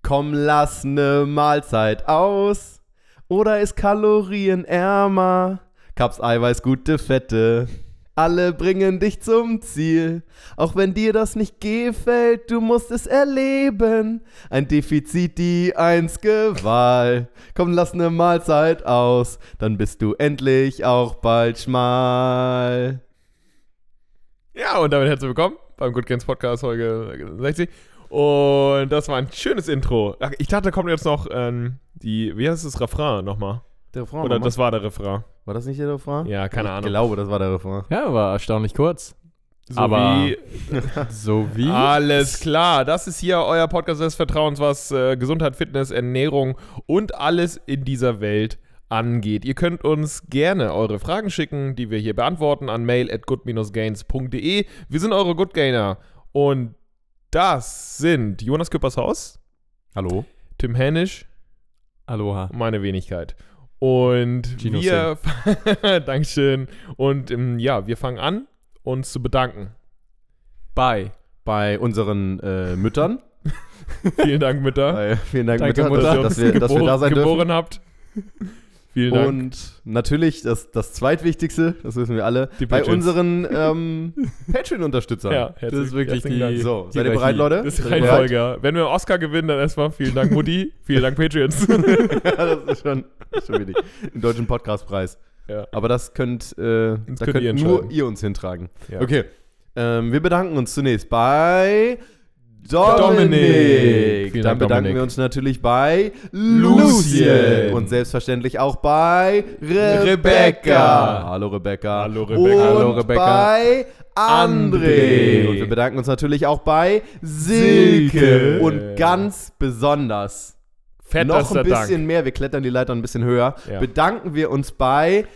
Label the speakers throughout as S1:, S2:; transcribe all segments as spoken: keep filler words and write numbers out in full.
S1: Komm, lass ne Mahlzeit aus. Oder ist kalorienärmer. Carbs, Eiweiß, gute Fette. Alle bringen dich zum Ziel. Auch wenn dir das nicht gefällt, du musst es erleben. Ein Defizit, die einzige Wahl. Komm, lass ne Mahlzeit aus. Dann bist du endlich auch bald schmal.
S2: Ja, und damit herzlich willkommen beim Good Games Podcast Folge sechzig. Und das war ein schönes Intro. Ach, ich dachte, da kommt jetzt noch ähm, die, wie heißt das, Refrain nochmal?
S1: Der Refrain
S2: Oder
S1: nochmal?
S2: das war der Refrain.
S1: War das nicht der Refrain?
S2: Ja, keine
S1: ich
S2: Ahnung.
S1: Ich glaube, das war der Refrain.
S3: Ja, war erstaunlich kurz.
S2: So
S3: Aber
S2: wie,
S3: so wie?
S2: alles klar, das ist hier euer Podcast des Vertrauens, was äh, Gesundheit, Fitness, Ernährung und alles in dieser Welt angeht. Ihr könnt uns gerne eure Fragen schicken, die wir hier beantworten, an mail at good dash gains punkt de. Wir sind eure Good Gainer und das sind Jonas Küppershaus,
S1: Hallo?
S2: Tim Hänisch
S3: Aloha.
S2: und meine Wenigkeit. Und
S3: Gino
S2: wir, Dankeschön. Und ähm, ja, wir fangen an, uns zu bedanken.
S3: Bye.
S1: Bei unseren äh, Müttern.
S2: Vielen Dank, Mütter.
S1: Bei, vielen Dank,
S3: Danke,
S1: Mütter,
S3: Mutter.
S1: dass, dass, wir, dass wir da sein
S2: geboren
S1: dürfen.
S2: habt. Vielen Dank.
S1: Und natürlich das, das zweitwichtigste, das wissen wir alle,
S2: Die
S1: bei
S2: Patreons.
S1: unseren ähm, Patreon-Unterstützern.
S2: ja,
S3: Das ist wirklich
S2: herzlichen
S3: die-
S2: Dank.
S1: So, seid ihr
S3: Hierarchie.
S1: bereit, Leute?
S2: Das ist die
S1: Seid ihr
S2: Reihenfolge. Ja. Wenn wir einen Oscar gewinnen, dann erstmal vielen Dank, Mutti. Vielen Dank, Patreons.
S1: bereit? Ja, das ist schon, das ist schon wichtig. Den deutschen Podcastpreis.
S2: ja.
S1: Aber das könnt, äh,
S2: Das
S1: da
S2: könnt
S1: könnt
S2: ihr
S1: nur
S2: entscheiden.
S1: ihr uns hintragen.
S2: Ja.
S1: Okay, ähm, wir bedanken uns zunächst bei Dominik.
S2: Dominik. Vielen
S1: Dann
S2: Dank,
S1: bedanken
S2: Dominik.
S1: wir uns natürlich bei
S2: Lucien.
S1: Lucien. Und selbstverständlich auch bei Rebecca.
S2: Rebecca.
S1: Hallo Rebecca.
S2: Hallo, Rebecca.
S1: Und
S3: Hallo, Rebecca.
S1: bei André.
S2: André.
S1: Und wir bedanken uns natürlich auch bei Silke.
S2: Silke.
S1: Und ganz besonders,
S2: Fett,
S1: noch
S2: dass
S1: ein
S2: der
S1: bisschen
S2: Dank.
S1: mehr, wir klettern die Leiter ein bisschen höher,
S2: Ja.
S1: bedanken wir uns bei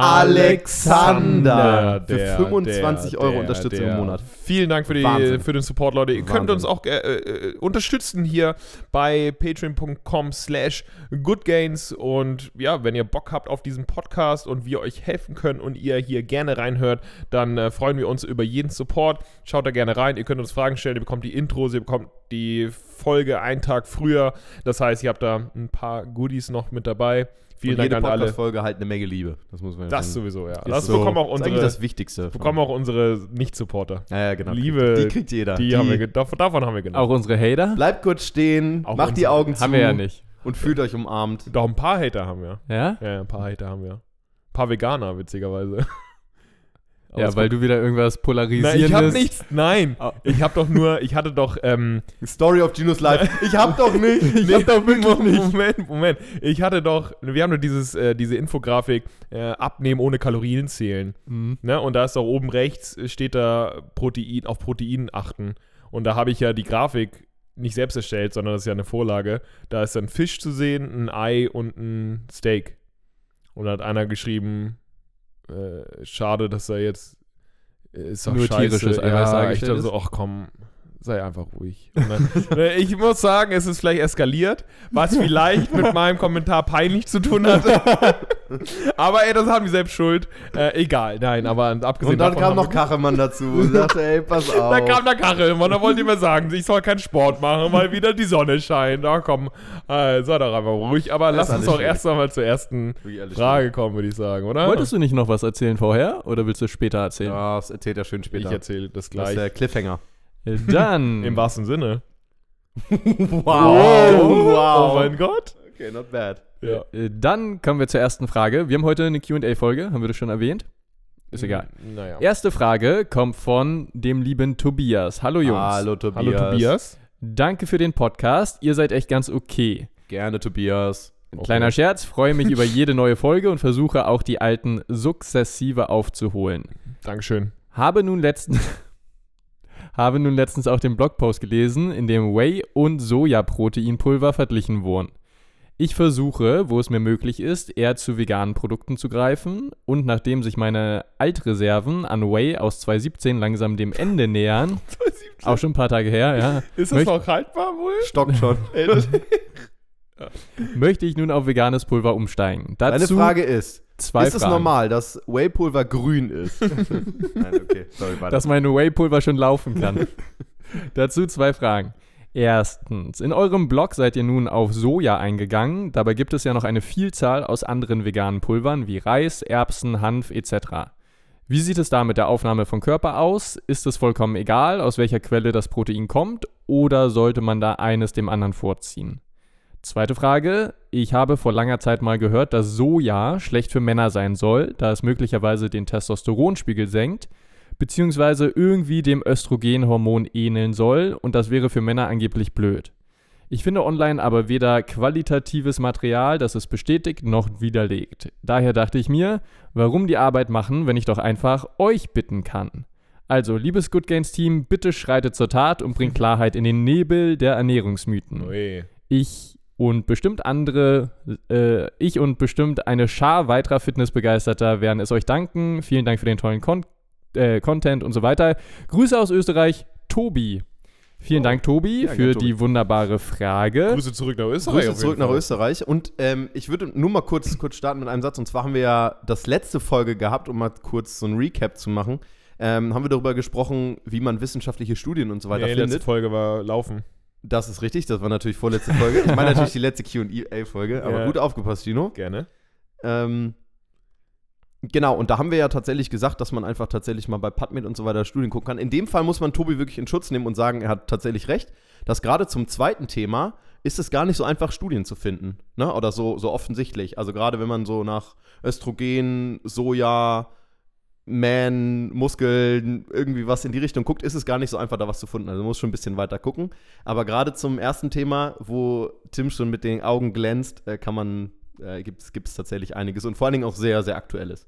S2: Alexander,
S1: Alexander für
S2: der,
S1: fünfundzwanzig
S2: der,
S1: Euro
S2: der,
S1: Unterstützung
S2: der.
S1: im Monat.
S2: Vielen Dank für, die,
S1: Wahnsinn.
S2: für den Support, Leute. Ihr könnt
S1: Wahnsinn.
S2: uns auch äh, äh, unterstützen hier bei patreon.com slash goodgains. Und ja, wenn ihr Bock habt auf diesen Podcast und wir euch helfen können und ihr hier gerne reinhört, dann äh, freuen wir uns über jeden Support. Schaut da gerne rein. Ihr könnt uns Fragen stellen. Ihr bekommt die Intros, ihr bekommt die Folge einen Tag früher. Das heißt, ihr habt da ein paar Goodies noch mit dabei. Vielen
S1: Und
S2: Dank
S1: jede
S2: an alle.
S1: Podcast-Folge halt eine Menge Liebe. Das muss man ja
S2: Das
S1: schon-
S2: sowieso, ja.
S1: ist
S2: Das
S1: so-
S2: bekommen auch
S1: ist eigentlich
S2: unsere,
S1: das Wichtigste.
S2: bekommen auch unsere Nicht-Supporter.
S1: Ja, ja, genau.
S2: Liebe,
S1: Die kriegt jeder.
S2: Die, haben wir, ge- dav- davon haben wir genug.
S3: Auch unsere Hater?
S1: Bleibt kurz stehen,
S2: Auch
S1: macht die
S2: unsere-
S1: Augen zu
S3: Haben wir ja nicht.
S1: und fühlt euch umarmt.
S2: Doch, ein paar Hater haben wir.
S3: Ja?
S2: Ja, ja, ein paar Hater haben wir. Ein paar Veganer, witzigerweise. Aber
S3: Ja,
S2: es
S3: weil
S2: kommt-
S3: du wieder irgendwas
S2: Nein,
S3: Polarisierendes...
S2: ich hab nichts. Nein.
S3: Oh.
S2: Ich hab doch nur, ich hatte doch, ähm,
S1: Story of Genius Life. Ich hab doch nicht. Ich
S2: nee,
S1: hab doch wirklich nicht.
S2: Moment, Moment. Ich hatte doch, wir haben doch dieses, äh, diese Infografik, äh, abnehmen ohne Kalorien zählen.
S3: Mhm.
S2: Ne? Und da ist doch oben rechts, äh, steht da Protein, auf Protein achten. Und da habe ich ja die Grafik nicht selbst erstellt, sondern das ist ja eine Vorlage. Da ist dann Fisch zu sehen, ein Ei und ein Steak. Und da hat einer geschrieben, äh, schade, dass er jetzt äh, ist doch
S3: Nur
S2: scheiße.
S3: tierisches Eiweiß
S2: ja, ich
S3: dargestellt
S2: dachte
S3: ist.
S2: so, ach komm, sei einfach ruhig. Und dann, äh, ich muss sagen, es ist vielleicht eskaliert, was vielleicht mit meinem Kommentar peinlich zu tun hatte. Aber ey, das haben die selbst schuld. Äh, egal, nein, aber abgesehen
S1: Und dann
S2: davon
S1: kam
S2: haben
S1: noch
S2: wir-
S1: Kachemann dazu und sagte, ey, pass auf.
S2: da kam der Kachelmann, da wollte ich mir sagen, ich soll keinen Sport machen, weil wieder die Sonne scheint. Na komm, äh, sei doch einfach ruhig. Aber
S1: Das
S2: lass
S1: ist
S2: uns
S1: alles
S2: doch
S1: schwierig.
S2: erst einmal zur ersten
S1: Wirklich alles
S2: Frage kommen, würde ich sagen, oder?
S3: Wolltest du nicht noch was erzählen vorher? Oder willst du es später erzählen?
S1: Ja, das erzählt er schön
S2: Ich
S1: später.
S2: erzähle das
S1: Das ist
S2: gleich.
S1: der Cliffhanger.
S3: Äh, Dann...
S2: Im wahrsten Sinne.
S1: Wow.
S2: Oh mein Gott.
S1: Okay, not bad.
S2: Ja.
S3: Äh, Dann kommen wir zur ersten Frage. Wir haben heute eine Q und A-Folge, haben wir das schon erwähnt? Ist egal.
S2: Naja.
S3: Erste Frage kommt von dem lieben Tobias. Hallo Jungs.
S1: Hallo Tobias.
S2: Hallo Tobias.
S3: Danke für den Podcast. Ihr seid echt ganz okay.
S1: Gerne Tobias.
S2: Okay.
S3: Kleiner Scherz, freue mich über jede neue Folge und versuche auch die alten sukzessive aufzuholen.
S2: Dankeschön.
S3: Habe nun letztens habe nun letztens auch den Blogpost gelesen, in dem Whey und Sojaproteinpulver verglichen wurden. Ich versuche, wo es mir möglich ist, eher zu veganen Produkten zu greifen und nachdem sich meine Altreserven an Whey aus zwanzig siebzehn langsam dem Ende nähern, auch schon ein paar Tage her, ja,
S2: Ist das
S3: Möcht-
S2: noch haltbar wohl?
S1: Stockt schon.
S2: Ey, das,
S3: möchte ich nun auf veganes Pulver umsteigen.
S1: Deine
S3: Dazu
S1: Frage ist,
S3: zwei
S1: ist es
S3: Fragen.
S1: normal, dass Whey-Pulver grün ist? Nein, okay. Sorry, weiter.
S3: Dass meine Whey-Pulver schon laufen kann. Dazu zwei Fragen. Erstens, in eurem Blog seid ihr nun auf Soja eingegangen. Dabei gibt es ja noch eine Vielzahl aus anderen veganen Pulvern wie Reis, Erbsen, Hanf et cetera. Wie sieht es da mit der Aufnahme von Körper aus? Ist es vollkommen egal, aus welcher Quelle das Protein kommt, oder sollte man da eines dem anderen vorziehen? Zweite Frage, ich habe vor langer Zeit mal gehört, dass Soja schlecht für Männer sein soll, da es möglicherweise den Testosteronspiegel senkt, beziehungsweise irgendwie dem Östrogenhormon ähneln soll, und das wäre für Männer angeblich blöd. Ich finde online aber weder qualitatives Material, das es bestätigt, noch widerlegt. Daher dachte ich mir, warum die Arbeit machen, wenn ich doch einfach euch bitten kann. Also, liebes Good Gains Team, bitte schreitet zur Tat und bringt Klarheit in den Nebel der Ernährungsmythen.
S2: Ui.
S3: Ich und bestimmt andere, äh, ich und bestimmt eine Schar weiterer Fitnessbegeisterter werden es euch danken. Vielen Dank für den tollen Con- äh, Content und so weiter. Grüße aus Österreich, Tobi. Vielen
S1: Oh.
S3: Dank, Tobi,
S1: Ja,
S3: für
S1: gerne, Tobi.
S3: die wunderbare Frage.
S2: Grüße zurück nach Österreich.
S1: Grüße
S2: auf
S1: zurück
S2: jeden
S1: nach
S2: Fall.
S1: Österreich. Und ähm, ich würde nur mal kurz, kurz starten mit einem Satz. Und zwar haben wir ja das letzte Folge gehabt, um mal kurz so ein Recap zu machen. Ähm, haben wir darüber gesprochen, wie man wissenschaftliche Studien und so weiter
S2: Nee, die letzte
S1: findet.
S2: Folge war Laufen.
S1: Das ist richtig, das war natürlich vorletzte Folge. Ich meine natürlich die letzte Q und A-Folge, aber
S2: Ja.
S1: gut aufgepasst, Gino.
S2: Gerne.
S1: Ähm, genau, und da haben wir ja tatsächlich gesagt, dass man einfach tatsächlich mal bei PubMed und so weiter Studien gucken kann. In dem Fall muss man Tobi wirklich in Schutz nehmen und sagen, er hat tatsächlich recht, dass gerade zum zweiten Thema ist es gar nicht so einfach, Studien zu finden, ne? Oder so, so offensichtlich. Also gerade wenn man so nach Östrogen, Soja, Man, Muskeln, irgendwie was in die Richtung guckt, ist es gar nicht so einfach, da was zu finden. Also man muss schon ein bisschen weiter gucken. Aber gerade zum ersten Thema, wo Tim schon mit den Augen glänzt, äh, kann man, äh, gibt es tatsächlich einiges und vor allen Dingen auch sehr, sehr Aktuelles.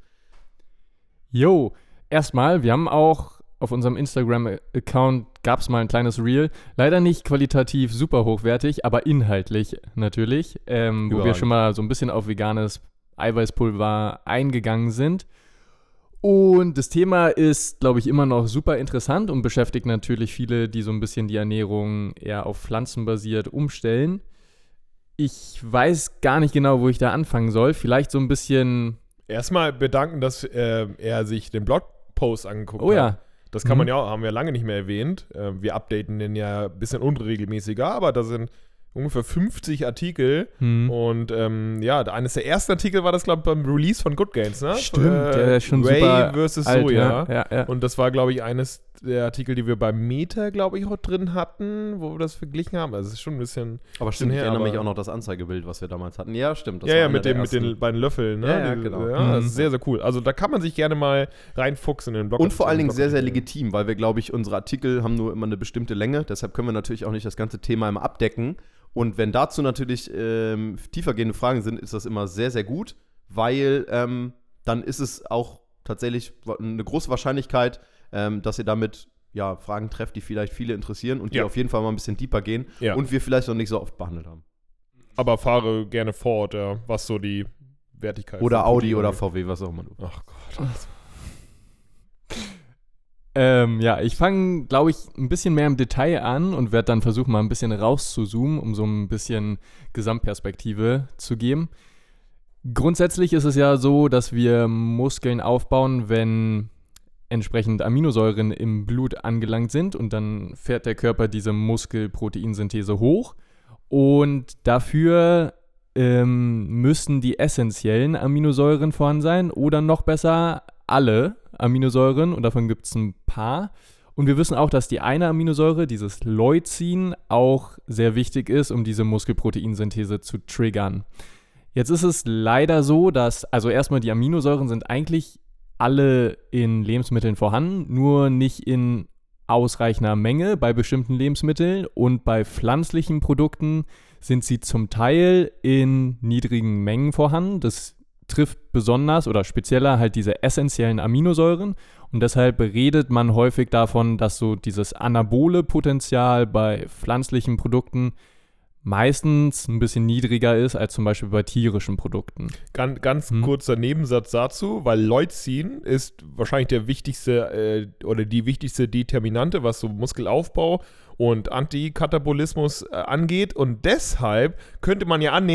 S3: Jo, erstmal, wir haben auch auf unserem Instagram-Account gab es mal ein kleines Reel. Leider nicht qualitativ super hochwertig, aber inhaltlich natürlich, ähm, wo wir
S1: Überragend.
S3: schon mal so ein bisschen auf veganes Eiweißpulver eingegangen sind. Und das Thema ist, glaube ich, immer noch super interessant und beschäftigt natürlich viele, die so ein bisschen die Ernährung eher auf pflanzenbasiert umstellen. Ich weiß gar nicht genau, wo ich da anfangen soll. Vielleicht so ein bisschen.
S2: Erstmal bedanken, dass äh, er sich den Blogpost angeguckt
S3: Oh
S2: hat.
S3: ja.
S2: Das kann man
S3: Mhm.
S2: ja auch, haben wir lange nicht mehr erwähnt. Äh, wir updaten den ja ein bisschen unregelmäßiger, aber da sind ungefähr fünfzig Artikel.
S3: Hm.
S2: Und ähm, ja, eines der ersten Artikel war das, glaube ich, beim Release von Good Gains, ne?
S3: Stimmt,
S2: Äh,
S3: der ist schon
S2: Whey
S3: super
S2: versus
S3: alt,
S2: Soja.
S3: ja, ja, ja.
S2: Und das war, glaube ich, eines der Artikel, die wir bei Meta, glaube ich, auch drin hatten, wo wir das verglichen haben. Also es ist schon ein bisschen.
S1: Aber stimmt, ich
S2: her,
S1: erinnere mich
S2: aber-
S1: auch noch das Anzeigebild, was wir damals hatten. Ja, stimmt. Das
S2: ja,
S1: war
S2: ja,
S1: einer
S2: mit,
S1: der
S2: dem, mit den
S1: ersten.
S2: beiden Löffeln, ne?
S1: Ja, ja,
S2: Die-
S1: genau.
S2: Ja, das
S3: Mhm.
S2: ist sehr, sehr cool. Also da kann man sich gerne mal reinfuchsen in den Blog.
S1: Und vor allen Dingen sehr, sehr
S2: Blogartikel.
S1: legitim, weil wir, glaube ich, unsere Artikel haben nur immer eine bestimmte Länge. Deshalb können wir natürlich auch nicht das ganze Thema immer abdecken. Und wenn dazu natürlich ähm, tiefergehende Fragen sind, ist das immer sehr, sehr gut, weil ähm, dann ist es auch tatsächlich eine große Wahrscheinlichkeit, ähm, dass ihr damit ja, Fragen trefft, die vielleicht viele interessieren und die
S2: Ja.
S1: auf jeden Fall mal ein bisschen deeper gehen
S2: Ja.
S1: und wir vielleicht noch nicht so oft behandelt haben.
S2: Aber fahre gerne fort, ja, was so die Wertigkeit
S1: Oder
S2: von
S1: Audi
S2: Protein
S1: oder
S2: angeht.
S1: V W, was auch immer du.
S2: Ach Gott.
S3: Ähm, ja, ich fange, glaube ich, ein bisschen mehr im Detail an und werde dann versuchen, mal ein bisschen rauszuzoomen, um so ein bisschen Gesamtperspektive zu geben. Grundsätzlich ist es ja so, dass wir Muskeln aufbauen, wenn entsprechend Aminosäuren im Blut angelangt sind und dann fährt der Körper diese Muskelproteinsynthese hoch und dafür ähm, müssen die essentiellen Aminosäuren vorhanden sein oder noch besser alle Aminosäuren und davon gibt es ein paar. Und wir wissen auch, dass die eine Aminosäure, dieses Leucin, auch sehr wichtig ist, um diese Muskelproteinsynthese zu triggern. Jetzt ist es leider so, dass, also erstmal die Aminosäuren sind eigentlich alle in Lebensmitteln vorhanden, nur nicht in ausreichender Menge bei bestimmten Lebensmitteln und bei pflanzlichen Produkten sind sie zum Teil in niedrigen Mengen vorhanden. Das trifft besonders oder spezieller halt diese essentiellen Aminosäuren und deshalb redet man häufig davon, dass so dieses anabole Potenzial bei pflanzlichen Produkten meistens ein bisschen niedriger ist als zum Beispiel bei tierischen Produkten.
S2: Ganz, ganz
S3: Hm.
S2: kurzer Nebensatz dazu, weil Leucin ist wahrscheinlich der wichtigste äh, oder die wichtigste Determinante, was so Muskelaufbau und Antikatabolismus äh, angeht. Und deshalb könnte man ja annehmen,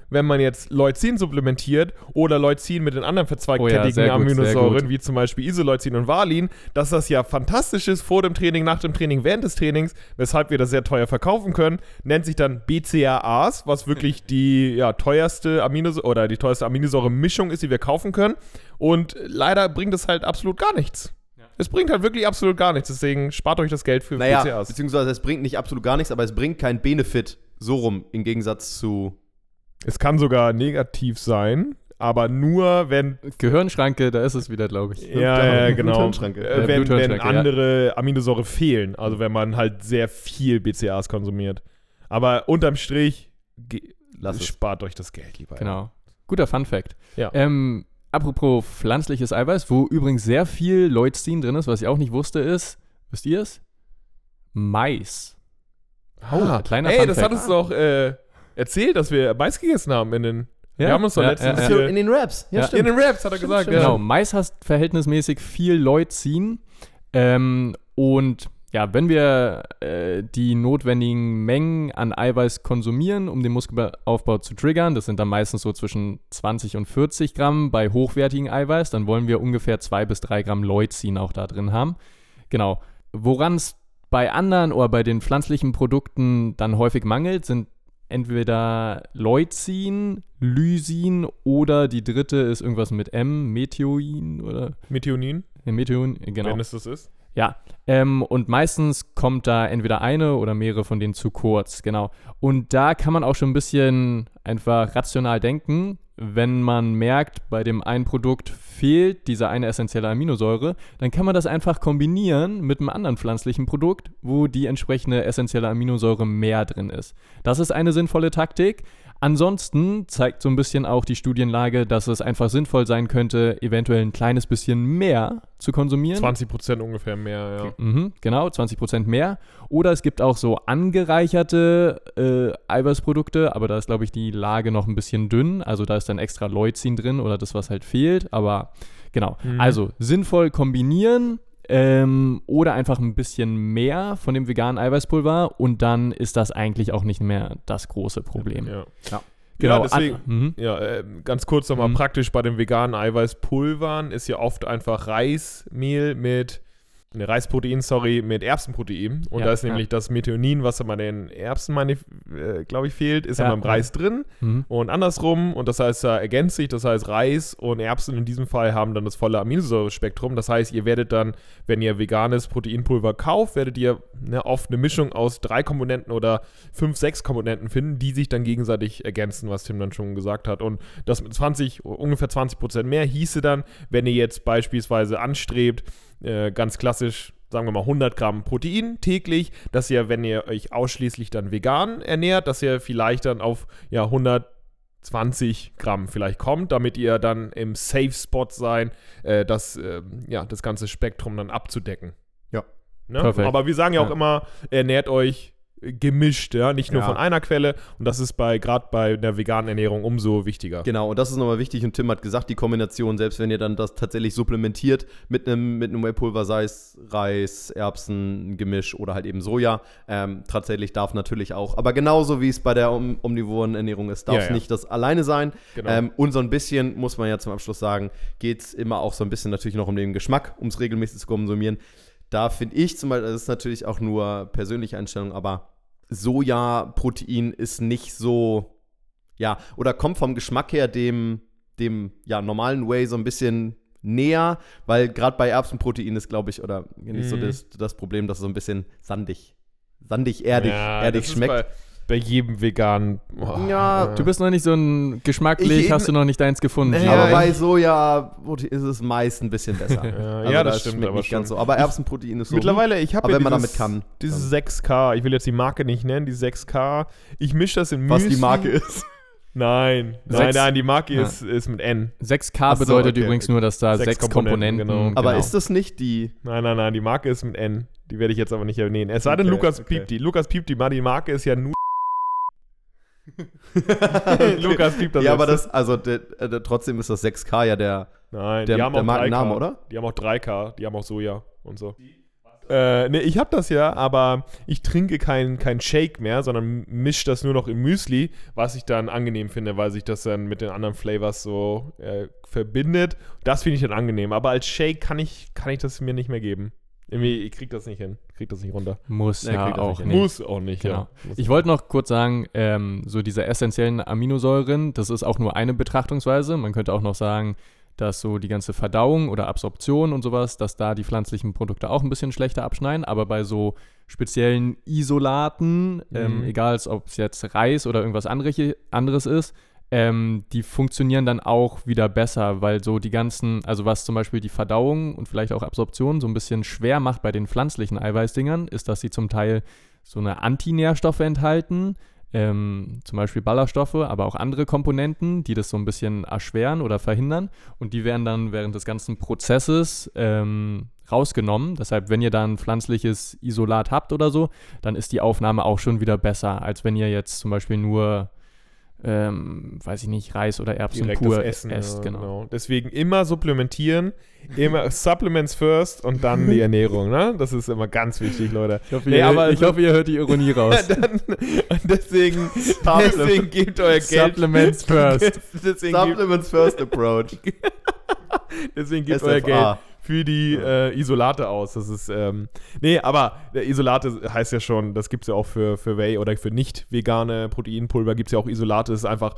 S2: wenn man jetzt Leucin supplementiert oder Leucin mit den anderen verzweigkettigen
S3: Oh ja, sehr gut, sehr
S2: Aminosäuren,
S3: gut.
S2: wie zum Beispiel Isoleucin und Valin, dass das ja fantastisch ist vor dem Training, nach dem Training, während des Trainings, weshalb wir das sehr teuer verkaufen können, nennt sich dann B C A As, was wirklich die ja, teuerste Aminosäure oder die teuerste Aminosäure-Mischung ist, die wir kaufen können. Und leider bringt es halt absolut gar nichts. Es bringt halt wirklich absolut gar nichts, deswegen spart euch das Geld für
S1: naja,
S2: B C As.
S1: beziehungsweise es bringt nicht absolut gar nichts, aber es bringt keinen Benefit so rum, im Gegensatz zu...
S2: Es kann sogar negativ sein, aber nur, wenn
S3: Gehirnschranke, da ist es wieder, glaube ich.
S2: ja, ja, genau.
S1: Bluthirnschranke.
S2: Äh,
S3: Ja,
S2: wenn, wenn
S3: Bluthirnschranke, ja.
S2: andere Aminosäure fehlen, also wenn man halt sehr viel B C A As konsumiert. Aber unterm Strich ge-
S1: Lass es.
S2: spart euch das Geld lieber.
S3: Genau. Guter Fun-Fact.
S2: Ja.
S3: Ähm, apropos pflanzliches Eiweiß, wo übrigens sehr viel Leucin drin ist, was ich auch nicht wusste, ist, wisst ihr es? Mais.
S2: Ah,
S3: kleiner
S2: ey,
S3: Fun
S2: das
S3: Fact.
S2: hattest du doch äh, erzählt, dass wir Mais gegessen haben in den.
S3: Ja,
S2: wir haben uns doch
S3: ja,
S2: letztens
S3: ja, ja.
S2: hier-
S1: In den Raps. Ja,
S3: Ja.
S1: stimmt.
S2: in den Raps, hat er
S1: Stimmt,
S2: gesagt.
S1: stimmt.
S2: Ja.
S3: Genau, Mais hat verhältnismäßig viel Leucin. Ähm, und ja, wenn wir äh, die notwendigen Mengen an Eiweiß konsumieren, um den Muskelaufbau zu triggern, das sind dann meistens so zwischen zwanzig und vierzig Gramm bei hochwertigem Eiweiß, dann wollen wir ungefähr zwei bis drei Gramm Leucin auch da drin haben. Genau. Woran es bei anderen oder bei den pflanzlichen Produkten dann häufig mangelt, sind entweder Leucin, Lysin oder die dritte ist irgendwas mit M, Methioin oder
S2: Methionin,
S3: äh, Methioin, genau.
S2: wenn es das ist.
S3: Ja, ähm, und meistens kommt da entweder eine oder mehrere von denen zu kurz, genau. Und da kann man auch schon ein bisschen einfach rational denken, wenn man merkt, bei dem einen Produkt fehlt diese eine essentielle Aminosäure, dann kann man das einfach kombinieren mit einem anderen pflanzlichen Produkt, wo die entsprechende essentielle Aminosäure mehr drin ist. Das ist eine sinnvolle Taktik. Ansonsten zeigt so ein bisschen auch die Studienlage, dass es einfach sinnvoll sein könnte, eventuell ein kleines bisschen mehr zu konsumieren.
S2: zwanzig Prozent ungefähr mehr, ja.
S3: Mhm, genau, zwanzig Prozent mehr. Oder es gibt auch so angereicherte äh, Eiweißprodukte, aber da ist, glaube ich, die Lage noch ein bisschen dünn. Also da ist dann extra Leucin drin oder das, was halt fehlt. Aber genau,
S2: Mhm.
S3: also sinnvoll kombinieren ähm, oder einfach ein bisschen mehr von dem veganen Eiweißpulver und dann ist das eigentlich auch nicht mehr das große Problem.
S2: Ja.
S1: Ja.
S3: Genau,
S2: Ja, deswegen,
S3: an- mhm.
S2: ja, äh, ganz kurz nochmal
S3: Mhm.
S2: praktisch bei den veganen Eiweißpulvern ist ja oft einfach Reismehl mit, ne, Reisprotein, sorry, mit Erbsenprotein. Und
S3: Ja,
S2: da ist
S3: ja.
S2: nämlich das Methionin, was bei den Erbsen, meine ich, äh, glaube ich, fehlt, ist
S3: Ja,
S2: ja, beim
S3: ja.
S2: Reis drin
S3: Mhm.
S2: und andersrum. Und das heißt, da ergänzt sich, das heißt, Reis und Erbsen in diesem Fall haben dann das volle Aminosäurespektrum. Das heißt, ihr werdet dann, wenn ihr veganes Proteinpulver kauft, werdet ihr ne, oft eine Mischung aus drei Komponenten oder fünf, sechs Komponenten finden, die sich dann gegenseitig ergänzen, was Tim dann schon gesagt hat. Und das mit zwanzig, ungefähr zwanzig Prozent mehr hieße dann, wenn ihr jetzt beispielsweise anstrebt, äh, ganz klassisch, sagen wir mal hundert Gramm Protein täglich, dass ihr, wenn ihr euch ausschließlich dann vegan ernährt, dass ihr vielleicht dann auf ja, hundertzwanzig Gramm vielleicht kommt, damit ihr dann im Safe Spot sein, äh, das, äh, ja, das ganze Spektrum dann abzudecken.
S1: Ja.
S2: Ne?
S3: Perfekt.
S2: Aber wir sagen ja auch
S3: Ja.
S2: immer, ernährt euch gemischt, ja, nicht nur
S1: Ja.
S2: von einer Quelle und das ist bei gerade bei der veganen Ernährung umso wichtiger.
S1: Genau, und das ist nochmal wichtig und Tim hat gesagt, die Kombination, selbst wenn ihr dann das tatsächlich supplementiert mit einem mit einem Whey-Pulver, sei es Reis, Erbsen, Gemisch oder halt eben Soja, ähm, tatsächlich darf natürlich auch, aber genauso wie es bei der um, omnivoren Ernährung ist, darf es
S2: Ja, ja.
S1: nicht das alleine sein.
S2: Genau.
S1: Ähm, und so ein bisschen, muss man ja zum Abschluss sagen, geht es immer auch so ein bisschen natürlich noch um den Geschmack, um es regelmäßig zu konsumieren. Da finde ich zum Beispiel, das ist natürlich auch nur persönliche Einstellung, aber Sojaprotein ist nicht so, ja, oder kommt vom Geschmack her dem, dem ja, normalen Whey so ein bisschen näher, weil gerade bei Erbsenprotein ist, glaube ich, oder nicht so
S2: Mhm.
S1: das, das Problem, dass es so ein bisschen sandig, sandig, erdig,
S2: ja,
S1: erdig
S2: das
S1: schmeckt.
S2: Ist bei, bei jedem veganen. Oh,
S1: Ja,
S3: Du bist noch nicht so ein geschmacklich,
S1: Ich-
S3: hast du noch nicht deins gefunden.
S1: Nee,
S2: Ja,
S1: aber
S2: ich-
S1: bei Soja ist es meist ein bisschen besser.
S2: Ja,
S1: Also
S2: ja, das
S1: es
S2: stimmt
S1: schmeckt
S2: aber
S1: nicht ganz
S2: schon.
S1: so. Aber Erbsenprotein ist so.
S2: Mittlerweile, ich habe
S1: Aber
S2: ja
S1: wenn man
S2: dieses,
S1: damit kann,
S2: dieses
S1: dann-
S2: sechs K, ich will jetzt die Marke nicht nennen, die sechs K. Ich mische das in Müsli.
S1: was die Marke ist.
S2: Nein, nein,
S3: Sechs-
S2: Nein, die Marke
S3: Ja.
S2: ist, ist mit N.
S3: sechs K
S1: Ach so,
S3: bedeutet
S1: okay,
S3: übrigens
S1: okay.
S3: nur, dass da
S2: Sechs
S3: sechs,
S2: Komponenten,
S3: Komponenten,
S2: genau.
S1: Aber
S3: genau.
S1: ist das nicht die.
S2: Nein, nein, nein, die Marke ist mit N. Die werde ich jetzt aber nicht erwähnen. Es sei denn,
S1: Okay,
S2: Lukas
S1: okay.
S2: piept die. Lukas piept die, Mann, die Marke ist ja nur. Lukas piept das
S1: Ja,
S2: jetzt.
S1: aber das, also der, der, trotzdem ist das sechs K ja der.
S2: Nein,
S1: Der-
S2: die haben
S1: der
S2: auch
S1: Markenname,
S2: drei K.
S1: oder?
S2: Die haben auch drei K, die haben auch Soja und so. Äh, ne, ich habe das ja, aber ich trinke kein, kein Shake mehr, sondern mische das nur noch im Müsli, was ich dann angenehm finde, weil sich das dann mit den anderen Flavors so äh, verbindet. Das finde ich dann angenehm. Aber als Shake kann ich, kann ich das mir nicht mehr geben. Irgendwie, ich krieg das nicht hin. Krieg das nicht runter.
S3: Muss
S1: Nee,
S3: ja
S1: kriegt das
S3: auch
S1: nicht
S3: nicht.
S2: Muss auch nicht,
S3: Genau.
S2: ja. Muss
S3: Ich wollte noch kurz sagen, ähm, so diese essentiellen Aminosäuren, das ist auch nur eine Betrachtungsweise. Man könnte auch noch sagen, dass so die ganze Verdauung oder Absorption und sowas, dass da die pflanzlichen Produkte auch ein bisschen schlechter abschneiden. Aber bei so speziellen Isolaten, ähm,
S2: Mhm.
S3: egal ob es jetzt Reis oder irgendwas andere- anderes ist, ähm, die funktionieren dann auch wieder besser, weil so die ganzen, also was zum Beispiel die Verdauung und vielleicht auch Absorption so ein bisschen schwer macht bei den pflanzlichen Eiweißdingern, ist, dass sie zum Teil so eine Antinährstoffe enthalten, ähm, zum Beispiel Ballaststoffe, aber auch andere Komponenten, die das so ein bisschen erschweren oder verhindern, und die werden dann während des ganzen Prozesses ähm, rausgenommen. Deshalb, wenn ihr dann pflanzliches Isolat habt oder so, dann ist die Aufnahme auch schon wieder besser, als wenn ihr jetzt zum Beispiel nur ähm, weiß ich nicht, Reis oder Erbsen
S2: direkt
S3: pur
S2: das Essen.
S3: esst.
S2: ja,
S3: Genau.
S2: Deswegen immer supplementieren, immer Supplements first und dann die Ernährung, ne? Das ist immer ganz wichtig, Leute.
S3: Ich hoffe,
S2: Nee,
S3: ihr,
S2: aber
S3: ich
S2: so-
S3: hoffe, ihr hört die Ironie raus.
S2: dann, und deswegen, deswegen gebt euer Geld.
S3: Supplements first.
S2: deswegen gebt,
S1: Supplements First Approach.
S2: deswegen gebt
S1: S
S2: euer
S1: F
S2: Geld
S1: A.
S2: für die äh, Isolate aus. Das ist, ähm, nee, aber der Isolate heißt ja schon, das gibt es ja auch für, für Whey oder für nicht vegane Proteinpulver, gibt es ja auch Isolate. Das ist einfach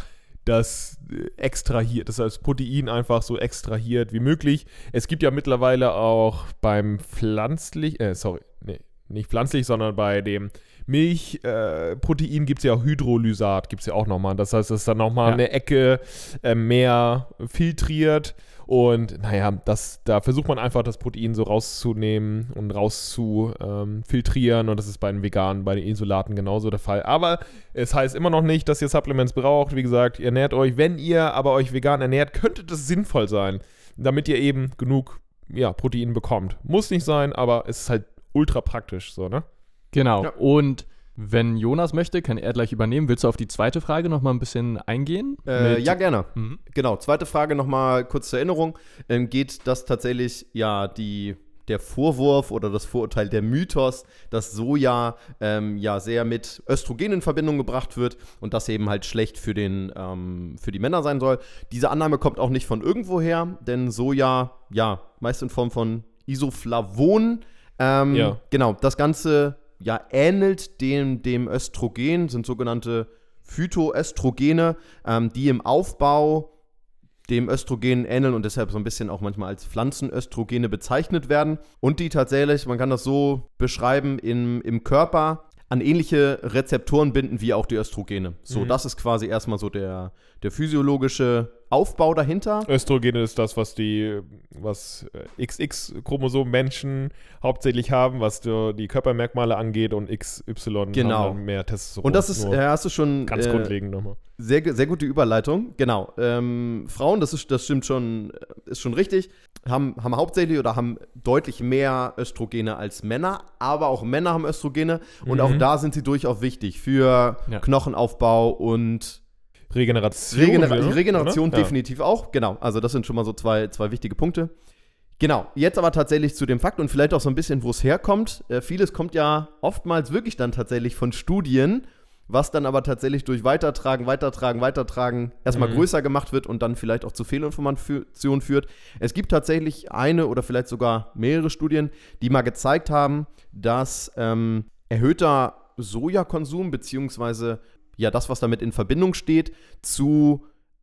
S2: das äh, extrahiert, das heißt Protein einfach so extrahiert wie möglich. Es gibt ja mittlerweile auch beim pflanzlich, äh, sorry, nee, nicht pflanzlich, sondern bei dem Milchprotein äh, Protein gibt es ja auch Hydrolysat, gibt es ja auch nochmal. Das heißt, es ist dann nochmal
S3: Ja.
S2: eine Ecke äh, mehr filtriert. Und naja, das, da versucht man einfach das Protein so rauszunehmen und rauszufiltrieren. Ähm, und das ist bei den Veganen, bei den Isolaten genauso der Fall. Aber es heißt immer noch nicht, dass ihr Supplements braucht. Wie gesagt, ihr ernährt euch. Wenn ihr aber euch vegan ernährt, könnte das sinnvoll sein, damit ihr eben genug ja, Protein bekommt. Muss nicht sein, aber es ist halt ultra praktisch, so, ne?
S3: Genau.
S1: Ja.
S3: Und wenn Jonas möchte, kann er gleich übernehmen. Willst du auf die zweite Frage noch mal ein bisschen eingehen?
S1: Äh,
S3: Mit-
S1: ja, gerne.
S3: Mhm.
S1: Genau, zweite Frage nochmal kurz zur Erinnerung. Ähm, geht das tatsächlich, ja, die, der Vorwurf oder das Vorurteil, der Mythos, dass Soja ähm, ja sehr mit Östrogen in Verbindung gebracht wird und das eben halt schlecht für, den, ähm, für die Männer sein soll. Diese Annahme kommt auch nicht von irgendwoher, denn Soja, ja, meist in Form von Isoflavon. Ähm,
S2: Ja.
S1: Genau, das Ganze ja, ähnelt dem, dem Östrogen, sind sogenannte Phytoöstrogene, ähm, die im Aufbau dem Östrogen ähneln und deshalb so ein bisschen auch manchmal als Pflanzenöstrogene bezeichnet werden und die tatsächlich, man kann das so beschreiben, im, im Körper an ähnliche Rezeptoren binden wie auch die Östrogene. So,
S2: Mhm.
S1: das ist quasi erstmal so der, der physiologische Aufbau dahinter.
S2: Östrogene ist das, was die, was äh, X X-Chromosom-Menschen hauptsächlich haben, was die, die Körpermerkmale angeht, und X Y
S1: Genau.
S2: haben dann mehr Testosteron.
S1: Und das ist,
S2: Nur
S1: äh, hast du schon
S2: ganz
S1: äh,
S2: grundlegend nochmal.
S1: Sehr, ge- sehr gute Überleitung, genau. Ähm, Frauen, das, ist, das stimmt schon, äh, ist schon richtig, haben, haben hauptsächlich oder haben deutlich mehr Östrogene als Männer, aber auch Männer haben Östrogene und
S2: Mhm.
S1: auch da sind sie durchaus wichtig für
S3: Ja.
S1: Knochenaufbau und
S2: Regeneration.
S1: Regenera
S2: ne?
S1: Regeneration
S2: Oder?
S1: definitiv auch, genau. Also das sind schon mal so zwei, zwei wichtige Punkte. Genau, jetzt aber tatsächlich zu dem Fakt und vielleicht auch so ein bisschen, wo es herkommt. Äh, vieles kommt ja oftmals wirklich dann tatsächlich von Studien, was dann aber tatsächlich durch Weitertragen, Weitertragen, Weitertragen erstmal
S2: Mhm.
S1: größer gemacht wird und dann vielleicht auch zu Fehlinformationen führt. Es gibt tatsächlich eine oder vielleicht sogar mehrere Studien, die mal gezeigt haben, dass ähm, erhöhter Sojakonsum beziehungsweise ja das, was damit in Verbindung steht, zu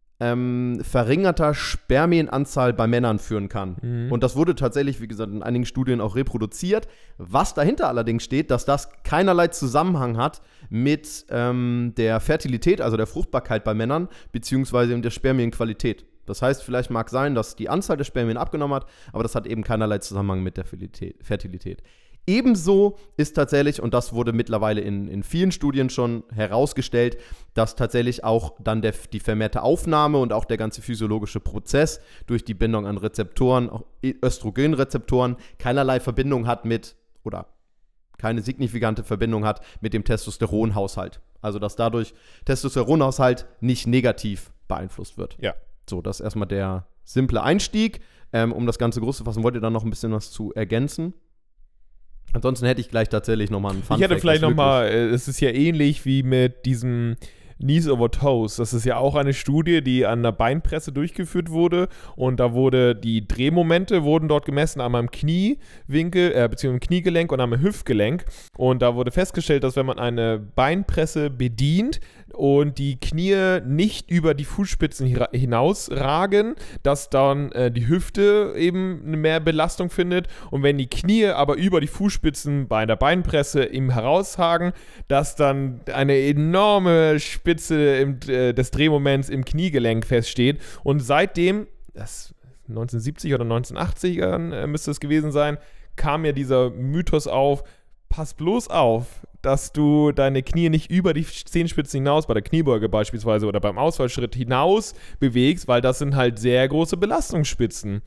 S1: ähm, verringerter Spermienanzahl bei Männern führen kann.
S2: Mhm.
S1: Und das wurde tatsächlich, wie gesagt, in einigen Studien auch reproduziert. Was dahinter allerdings steht, dass das keinerlei Zusammenhang hat mit ähm, der Fertilität, also der Fruchtbarkeit bei Männern, beziehungsweise in der Spermienqualität. Das heißt, vielleicht mag sein, dass die Anzahl der Spermien abgenommen hat, aber das hat eben keinerlei Zusammenhang mit der Fertilität- Fertilität. Ebenso ist tatsächlich, und das wurde mittlerweile in, in vielen Studien schon herausgestellt, dass tatsächlich auch dann der, die vermehrte Aufnahme und auch der ganze physiologische Prozess durch die Bindung an Rezeptoren, auch Östrogenrezeptoren, keinerlei Verbindung hat mit, oder keine signifikante Verbindung hat mit dem Testosteronhaushalt. Also dass dadurch Testosteronhaushalt nicht negativ beeinflusst wird.
S2: Ja.
S1: So, das ist erstmal der simple Einstieg. Ähm, um das Ganze groß zu fassen, wollt ihr dann noch ein bisschen was zu ergänzen? Ansonsten hätte ich gleich tatsächlich nochmal einen Fun
S2: Ich hätte
S1: Fact,
S2: vielleicht
S1: das
S2: nochmal, es ist ja ähnlich wie mit diesem Knees over Toes. Das ist ja auch eine Studie, die an der Beinpresse durchgeführt wurde und da wurde die Drehmomente wurden dort gemessen, einmal im Kniewinkel, äh, beziehungsweise im Kniegelenk und einmal im Hüftgelenk und da wurde festgestellt, dass wenn man eine Beinpresse bedient und die Knie nicht über die Fußspitzen hira- hinausragen, dass dann äh, die Hüfte eben eine mehr Belastung findet und wenn die Knie aber über die Fußspitzen bei der Beinpresse eben herausragen, dass dann eine enorme Spitze im, äh, des Drehmoments im Kniegelenk feststeht und seitdem, das neunzehnhundertsiebzig oder neunzehnhundertachtzigern äh, müsste es gewesen sein, kam ja dieser Mythos auf, pass bloß auf, dass du deine Knie nicht über die Zehenspitzen hinaus, bei der Kniebeuge beispielsweise oder beim Ausfallschritt hinaus bewegst, weil das sind halt sehr große Belastungsspitzen.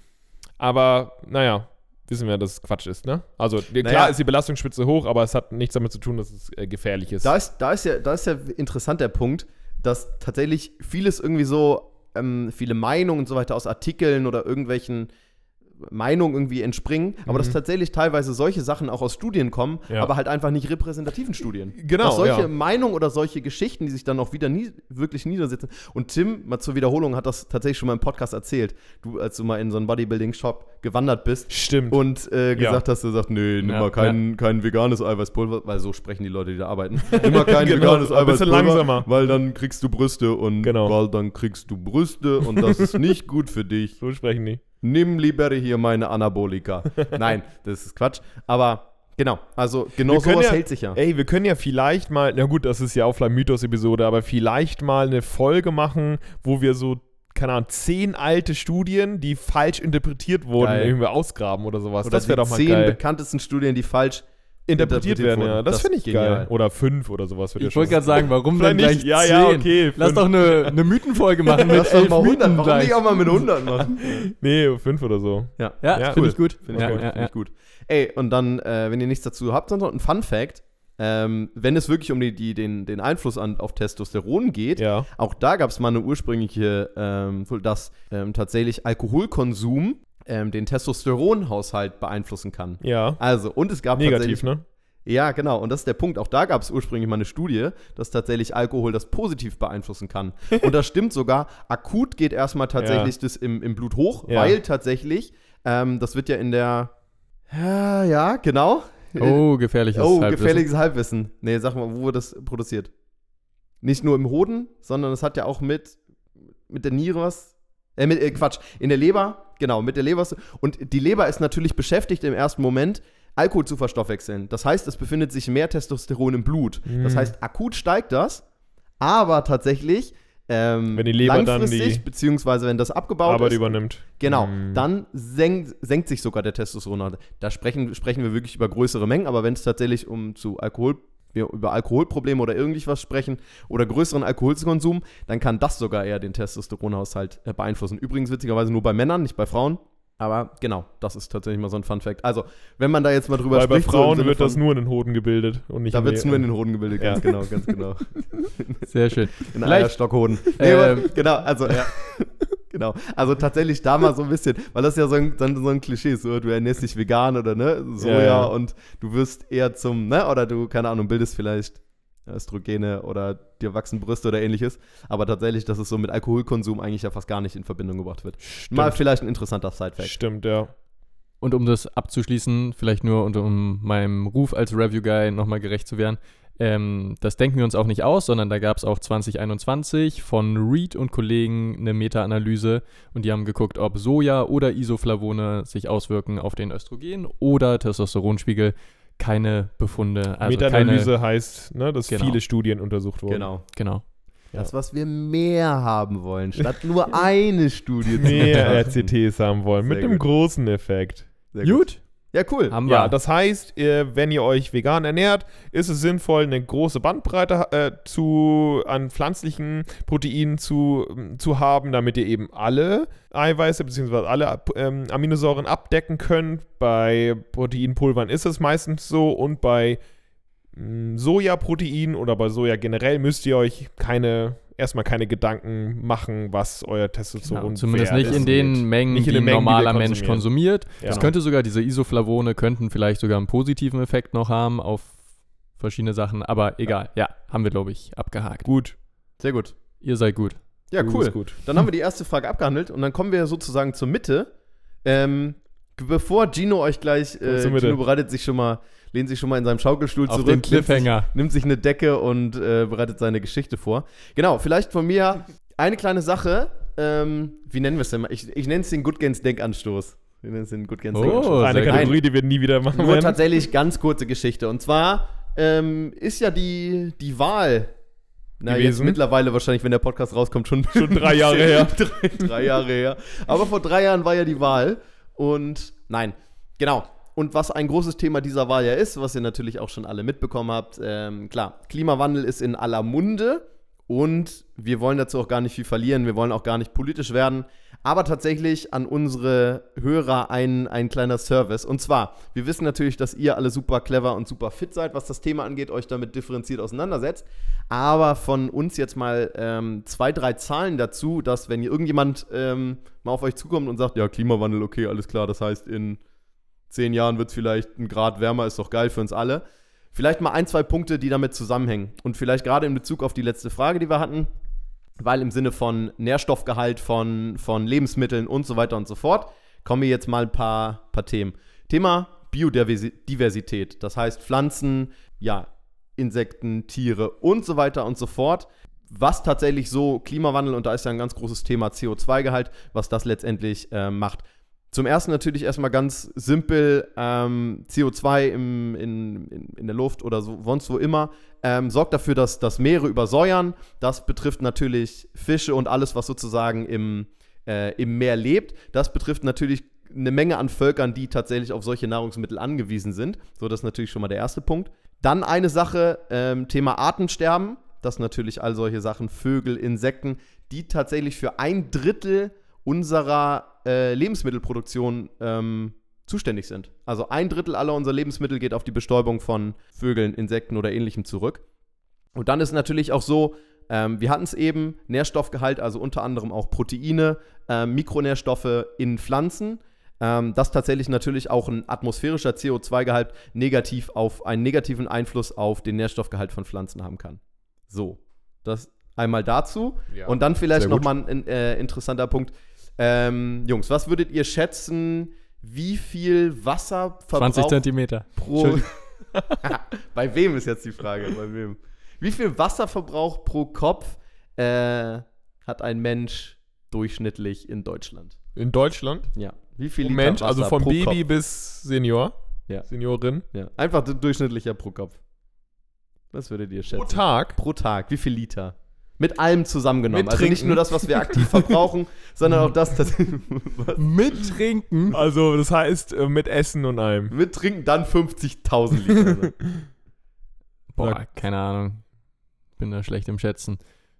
S2: Aber, naja, wissen wir, dass es Quatsch ist, ne? Also, klar
S1: Naja.
S2: ist die Belastungsspitze hoch, aber es hat nichts damit zu tun, dass es äh, gefährlich ist.
S1: Da ist, da, ist ja, da ist ja interessant der Punkt, dass tatsächlich vieles irgendwie so, ähm, viele Meinungen und so weiter aus Artikeln oder irgendwelchen Meinungen irgendwie entspringen, aber
S2: Mhm.
S1: dass tatsächlich teilweise solche Sachen auch aus Studien kommen,
S2: Ja.
S1: aber halt einfach nicht repräsentativen Studien.
S2: Genau,
S1: Dass solche
S2: ja.
S1: Meinungen oder solche Geschichten, die sich dann auch wieder nie wirklich niedersetzen. Und Tim, mal zur Wiederholung, hat das tatsächlich schon mal im Podcast erzählt. Du, als du mal in so einen Bodybuilding-Shop gewandert bist
S2: Stimmt.
S1: und äh, gesagt
S2: Ja.
S1: hast, du sagst, nee, nimm
S3: Ja,
S1: mal kein, kein veganes Eiweißpulver, weil so sprechen die Leute, die da arbeiten. Nimm mal kein
S2: Genau,
S1: veganes
S2: ein bisschen
S1: Eiweißpulver,
S2: langsamer.
S1: weil dann kriegst du Brüste und
S2: Genau.
S1: weil dann kriegst du Brüste und das ist nicht gut für dich.
S2: So sprechen die.
S1: Nimm lieber hier meine Anabolika. Nein, das ist Quatsch. Aber genau, also genau
S2: Wir können
S1: sowas
S2: ja-
S1: hält sich ja.
S2: Ey, wir können ja vielleicht mal, na gut, das ist ja auch vielleicht Mythos-Episode, aber vielleicht mal eine Folge machen, wo wir so, keine Ahnung, zehn alte Studien, die falsch interpretiert wurden,
S1: Geil.
S2: irgendwie ausgraben oder sowas.
S1: Oder
S2: das wäre
S1: die
S2: doch mal
S1: zehn
S2: geil.
S1: bekanntesten Studien, die falsch
S2: Interpretiert werden,
S1: wurden.
S2: ja. Das, finde ich
S1: genial.
S2: geil. Oder fünf oder sowas. wird ja
S3: Ich wollte
S2: schon-
S3: gerade sagen, warum
S2: Vielleicht
S3: denn
S2: nicht.
S3: gleich
S2: Ja,
S3: zehn?
S2: ja, okay,
S3: Lass
S2: fünf.
S3: doch eine, eine Mythenfolge machen mit
S1: Lass doch
S3: elf
S1: mal hundert,
S3: Mythen
S1: warum
S3: gleich.
S1: nicht auch mal mit hundert machen?
S2: Nee, fünf oder so.
S1: Ja,
S3: Ja,
S2: Ja,
S3: finde
S2: cool.
S3: ich gut.
S1: finde ich,
S3: ja,
S1: gut,
S3: ja,
S1: find
S3: ja.
S1: ich gut. Ey, und dann, äh, wenn ihr nichts dazu habt, dann noch ein Fun-Fact. Ähm, wenn es wirklich um die, die, den, den Einfluss an, auf Testosteron geht,
S2: Ja.
S1: auch da gab es mal eine ursprüngliche, ähm, dass ähm, tatsächlich Alkoholkonsum ähm, den Testosteronhaushalt beeinflussen kann.
S2: Ja.
S1: Also, und es gab
S2: Negativ,
S1: tatsächlich,
S2: ne?
S1: Ja, genau, und das ist der Punkt. Auch da gab es ursprünglich mal eine Studie, dass tatsächlich Alkohol das positiv beeinflussen kann. Und das stimmt sogar. Akut geht erstmal tatsächlich das im, im Blut hoch,
S2: Ja.
S1: weil tatsächlich, ähm, das wird ja in der, ja, ja, genau.
S3: Oh, gefährliches
S1: Oh,
S3: Halbwissen.
S1: gefährliches Halbwissen. Nee, sag mal, wo wird das produziert? Nicht nur im Hoden, sondern es hat ja auch mit, mit der Niere was. Äh, mit, äh, Quatsch, in der Leber, genau, mit der Leber. was- Und die Leber ist natürlich beschäftigt im ersten Moment, Alkohol zu verstoffwechseln. Das heißt, es befindet sich mehr Testosteron im Blut.
S2: Mhm.
S1: Das heißt, akut steigt das, aber tatsächlich ähm,
S2: Wenn die Leber dann
S1: langfristig,
S2: die
S1: beziehungsweise wenn das abgebaut
S2: Arbeit
S1: ist,
S2: übernimmt.
S1: genau,
S2: Mhm.
S1: dann senkt, senkt sich sogar der Testosteron. Da sprechen, sprechen wir wirklich über größere Mengen, aber wenn es tatsächlich um zu Alkohol, wir über Alkoholprobleme oder irgendwie was sprechen oder größeren Alkoholkonsum, dann kann das sogar eher den Testosteronhaushalt äh, beeinflussen. Übrigens witzigerweise nur bei Männern, nicht bei Frauen. Aber genau, das ist tatsächlich mal so ein Fun-Fact. Also, wenn man da jetzt mal drüber
S2: Weil bei
S1: spricht, so im
S2: Frauen
S1: Sinne
S2: wird das
S1: von-
S2: nur in den Hoden gebildet und nicht
S1: da
S2: in
S1: wird es
S2: die-
S1: nur in den Hoden gebildet, ganz
S2: Ja.
S1: genau, ganz genau.
S3: Sehr schön.
S1: In
S3: Vielleicht-
S1: Eierstockhoden. Nee,
S3: Ähm,
S1: aber, genau, also, ja. Genau, also tatsächlich da mal so ein bisschen, weil das ja so ein, dann so ein Klischee ist, so, du ernährst dich vegan oder ne, Soja
S2: Ja, ja.
S1: und du wirst eher zum, ne, oder du, keine Ahnung, bildest vielleicht Östrogene oder dir wachsen Brüste oder ähnliches, aber tatsächlich, dass es so mit Alkoholkonsum eigentlich ja fast gar nicht in Verbindung gebracht wird.
S2: Stimmt.
S1: Mal vielleicht ein interessanter Side-Fact.
S2: Stimmt, ja.
S3: Und um das abzuschließen, vielleicht nur und um meinem Ruf als Review-Guy nochmal gerecht zu werden, ähm, das denken wir uns auch nicht aus, sondern da gab es auch zwanzig einundzwanzig von Reed und Kollegen eine Meta-Analyse und die haben geguckt, ob Soja oder Isoflavone sich auswirken auf den Östrogen- oder Testosteronspiegel. Keine Befunde, also
S2: Meta-Analyse
S3: keine,
S2: heißt, ne, dass
S3: Genau.
S2: viele Studien untersucht wurden.
S1: Genau.
S3: genau.
S2: Ja.
S1: Das, was wir mehr haben wollen, statt nur eine Studie zu
S2: Mehr
S1: machen.
S2: R C Ts haben wollen,
S1: Sehr
S2: mit dem
S1: gut.
S2: großen Effekt.
S1: Sehr
S3: Gut,
S1: Ja, cool.
S3: haben wir.
S2: Ja, das heißt, äh, wenn ihr euch vegan ernährt, ist es sinnvoll, eine große Bandbreite äh, zu, an pflanzlichen Proteinen zu, ähm, zu haben, damit ihr eben alle Eiweiße bzw. alle ähm, Aminosäuren abdecken könnt. Bei Proteinpulvern ist es meistens so und bei mh, Sojaprotein oder bei Soja generell müsst ihr euch keine, erstmal keine Gedanken machen, was euer Testosteron
S3: Genau, zumindest
S2: wert
S3: nicht in
S2: ist.
S3: den Mengen,
S2: Nicht in
S3: die
S2: den
S3: ein
S2: Mengen, die wir
S3: normaler Mensch
S2: konsumieren.
S3: konsumiert.
S2: Ja.
S3: Das könnte sogar, diese Isoflavone könnten vielleicht sogar einen positiven Effekt noch haben auf verschiedene Sachen, aber egal. Ja, haben wir, glaube ich, abgehakt.
S2: Gut.
S1: Sehr gut.
S3: Ihr seid gut.
S1: Ja,
S2: Du
S1: cool.
S2: bist gut.
S1: Dann haben wir die erste Frage abgehandelt und dann kommen wir sozusagen zur Mitte. Ähm, bevor Gino euch gleich, äh,
S2: zur Mitte.
S1: Gino bereitet sich schon mal, lehnt sich schon mal in seinem Schaukelstuhl
S3: Auf
S1: zurück,
S3: den
S1: nimmt
S3: Cliffhanger.
S1: sich, nimmt sich eine Decke und äh, bereitet seine Geschichte vor. Genau, vielleicht von mir eine kleine Sache. Ähm, wie nennen wir es denn mal? Ich, ich nenne es den Good Gains Denkanstoß. Wir nennen es den Good Gains
S3: Oh,
S1: Denkanstoß.
S2: Eine
S3: sehr
S2: Kategorie, die wir nie wieder machen
S1: Nur
S2: werden.
S1: tatsächlich ganz kurze Geschichte. Und zwar ähm, ist ja die, die Wahl, na jetzt
S2: Gewesen.
S1: mittlerweile wahrscheinlich, wenn der Podcast rauskommt, schon,
S2: Schon drei Jahre her.
S1: drei, drei Jahre her. Aber vor drei Jahren war ja die Wahl. Und nein, genau. Und was ein großes Thema dieser Wahl ja ist, was ihr natürlich auch schon alle mitbekommen habt, ähm, klar, Klimawandel ist in aller Munde. Und wir wollen dazu auch gar nicht viel verlieren, wir wollen auch gar nicht politisch werden, aber tatsächlich an unsere Hörer ein, ein kleiner Service. Und zwar, wir wissen natürlich, dass ihr alle super clever und super fit seid, was das Thema angeht, euch damit differenziert auseinandersetzt. Aber von uns jetzt mal ähm, zwei, drei Zahlen dazu, dass wenn irgendjemand ähm, mal auf euch zukommt und sagt, ja, Klimawandel, okay, alles klar, das heißt, in zehn Jahren wird es vielleicht ein Grad wärmer, ist doch geil für uns alle. Vielleicht mal ein, zwei Punkte, die damit zusammenhängen. Und vielleicht gerade in Bezug auf die letzte Frage, die wir hatten, weil im Sinne von Nährstoffgehalt, von, von Lebensmitteln und so weiter und so fort, kommen wir jetzt mal ein paar, paar Themen. Thema Biodiversität, das heißt Pflanzen, ja, Insekten, Tiere und so weiter und so fort. Was tatsächlich so Klimawandel, und da ist ja ein ganz großes Thema C O zwei Gehalt, was das letztendlich äh, macht. Zum ersten natürlich erstmal ganz simpel, ähm, C O zwei im, in, in, in der Luft oder so, sonst wo immer, ähm, sorgt dafür, dass, dass Meere übersäuern. Das betrifft natürlich Fische und alles, was sozusagen im, äh, im Meer lebt. Das betrifft natürlich eine Menge an Völkern, die tatsächlich auf solche Nahrungsmittel angewiesen sind. So, das ist natürlich schon mal der erste Punkt. Dann eine Sache, ähm, Thema Artensterben. Das natürlich all solche Sachen, Vögel, Insekten, die tatsächlich für ein Drittel unserer äh, Lebensmittelproduktion ähm, zuständig sind. Also ein Drittel aller unserer Lebensmittel geht auf die Bestäubung von Vögeln, Insekten oder Ähnlichem zurück. Und dann ist natürlich auch so, ähm, wir hatten es eben, Nährstoffgehalt, also unter anderem auch Proteine, äh, Mikronährstoffe in Pflanzen, ähm, das tatsächlich natürlich auch ein atmosphärischer C O zwei Gehalt negativ auf einen negativen Einfluss auf den Nährstoffgehalt von Pflanzen haben kann. So, das einmal dazu.
S2: Ja,
S1: und dann vielleicht
S2: sehr gut.
S1: nochmal ein äh, interessanter Punkt. Ähm, Jungs, was würdet ihr schätzen, wie viel Wasser verbraucht
S3: zwanzig Zentimeter.
S1: pro... Bei wem ist jetzt die Frage? Bei wem? Wie viel Wasserverbrauch pro Kopf äh, hat ein Mensch durchschnittlich in Deutschland?
S2: In Deutschland?
S1: Ja. Wie viel
S2: Pro
S1: Liter
S2: Mensch,
S1: Wasser
S2: also vom
S1: pro
S2: Baby
S1: Kopf?
S2: bis Senior.
S1: Ja.
S2: Seniorin.
S1: Ja. Einfach du- durchschnittlicher pro Kopf. Was würdet ihr schätzen?
S2: Pro Tag.
S1: Pro Tag. Wie viel Liter? Mit allem zusammengenommen.
S2: Mit
S1: also nicht
S2: Trinken.
S1: nur das, was wir aktiv verbrauchen, sondern auch das, das was?
S3: Mit Trinken.
S2: Also, das heißt, äh, mit Essen und allem.
S1: Mit Trinken dann fünfzigtausend Liter.
S3: Boah,
S2: Sag.
S3: keine Ahnung. Bin da schlecht im Schätzen.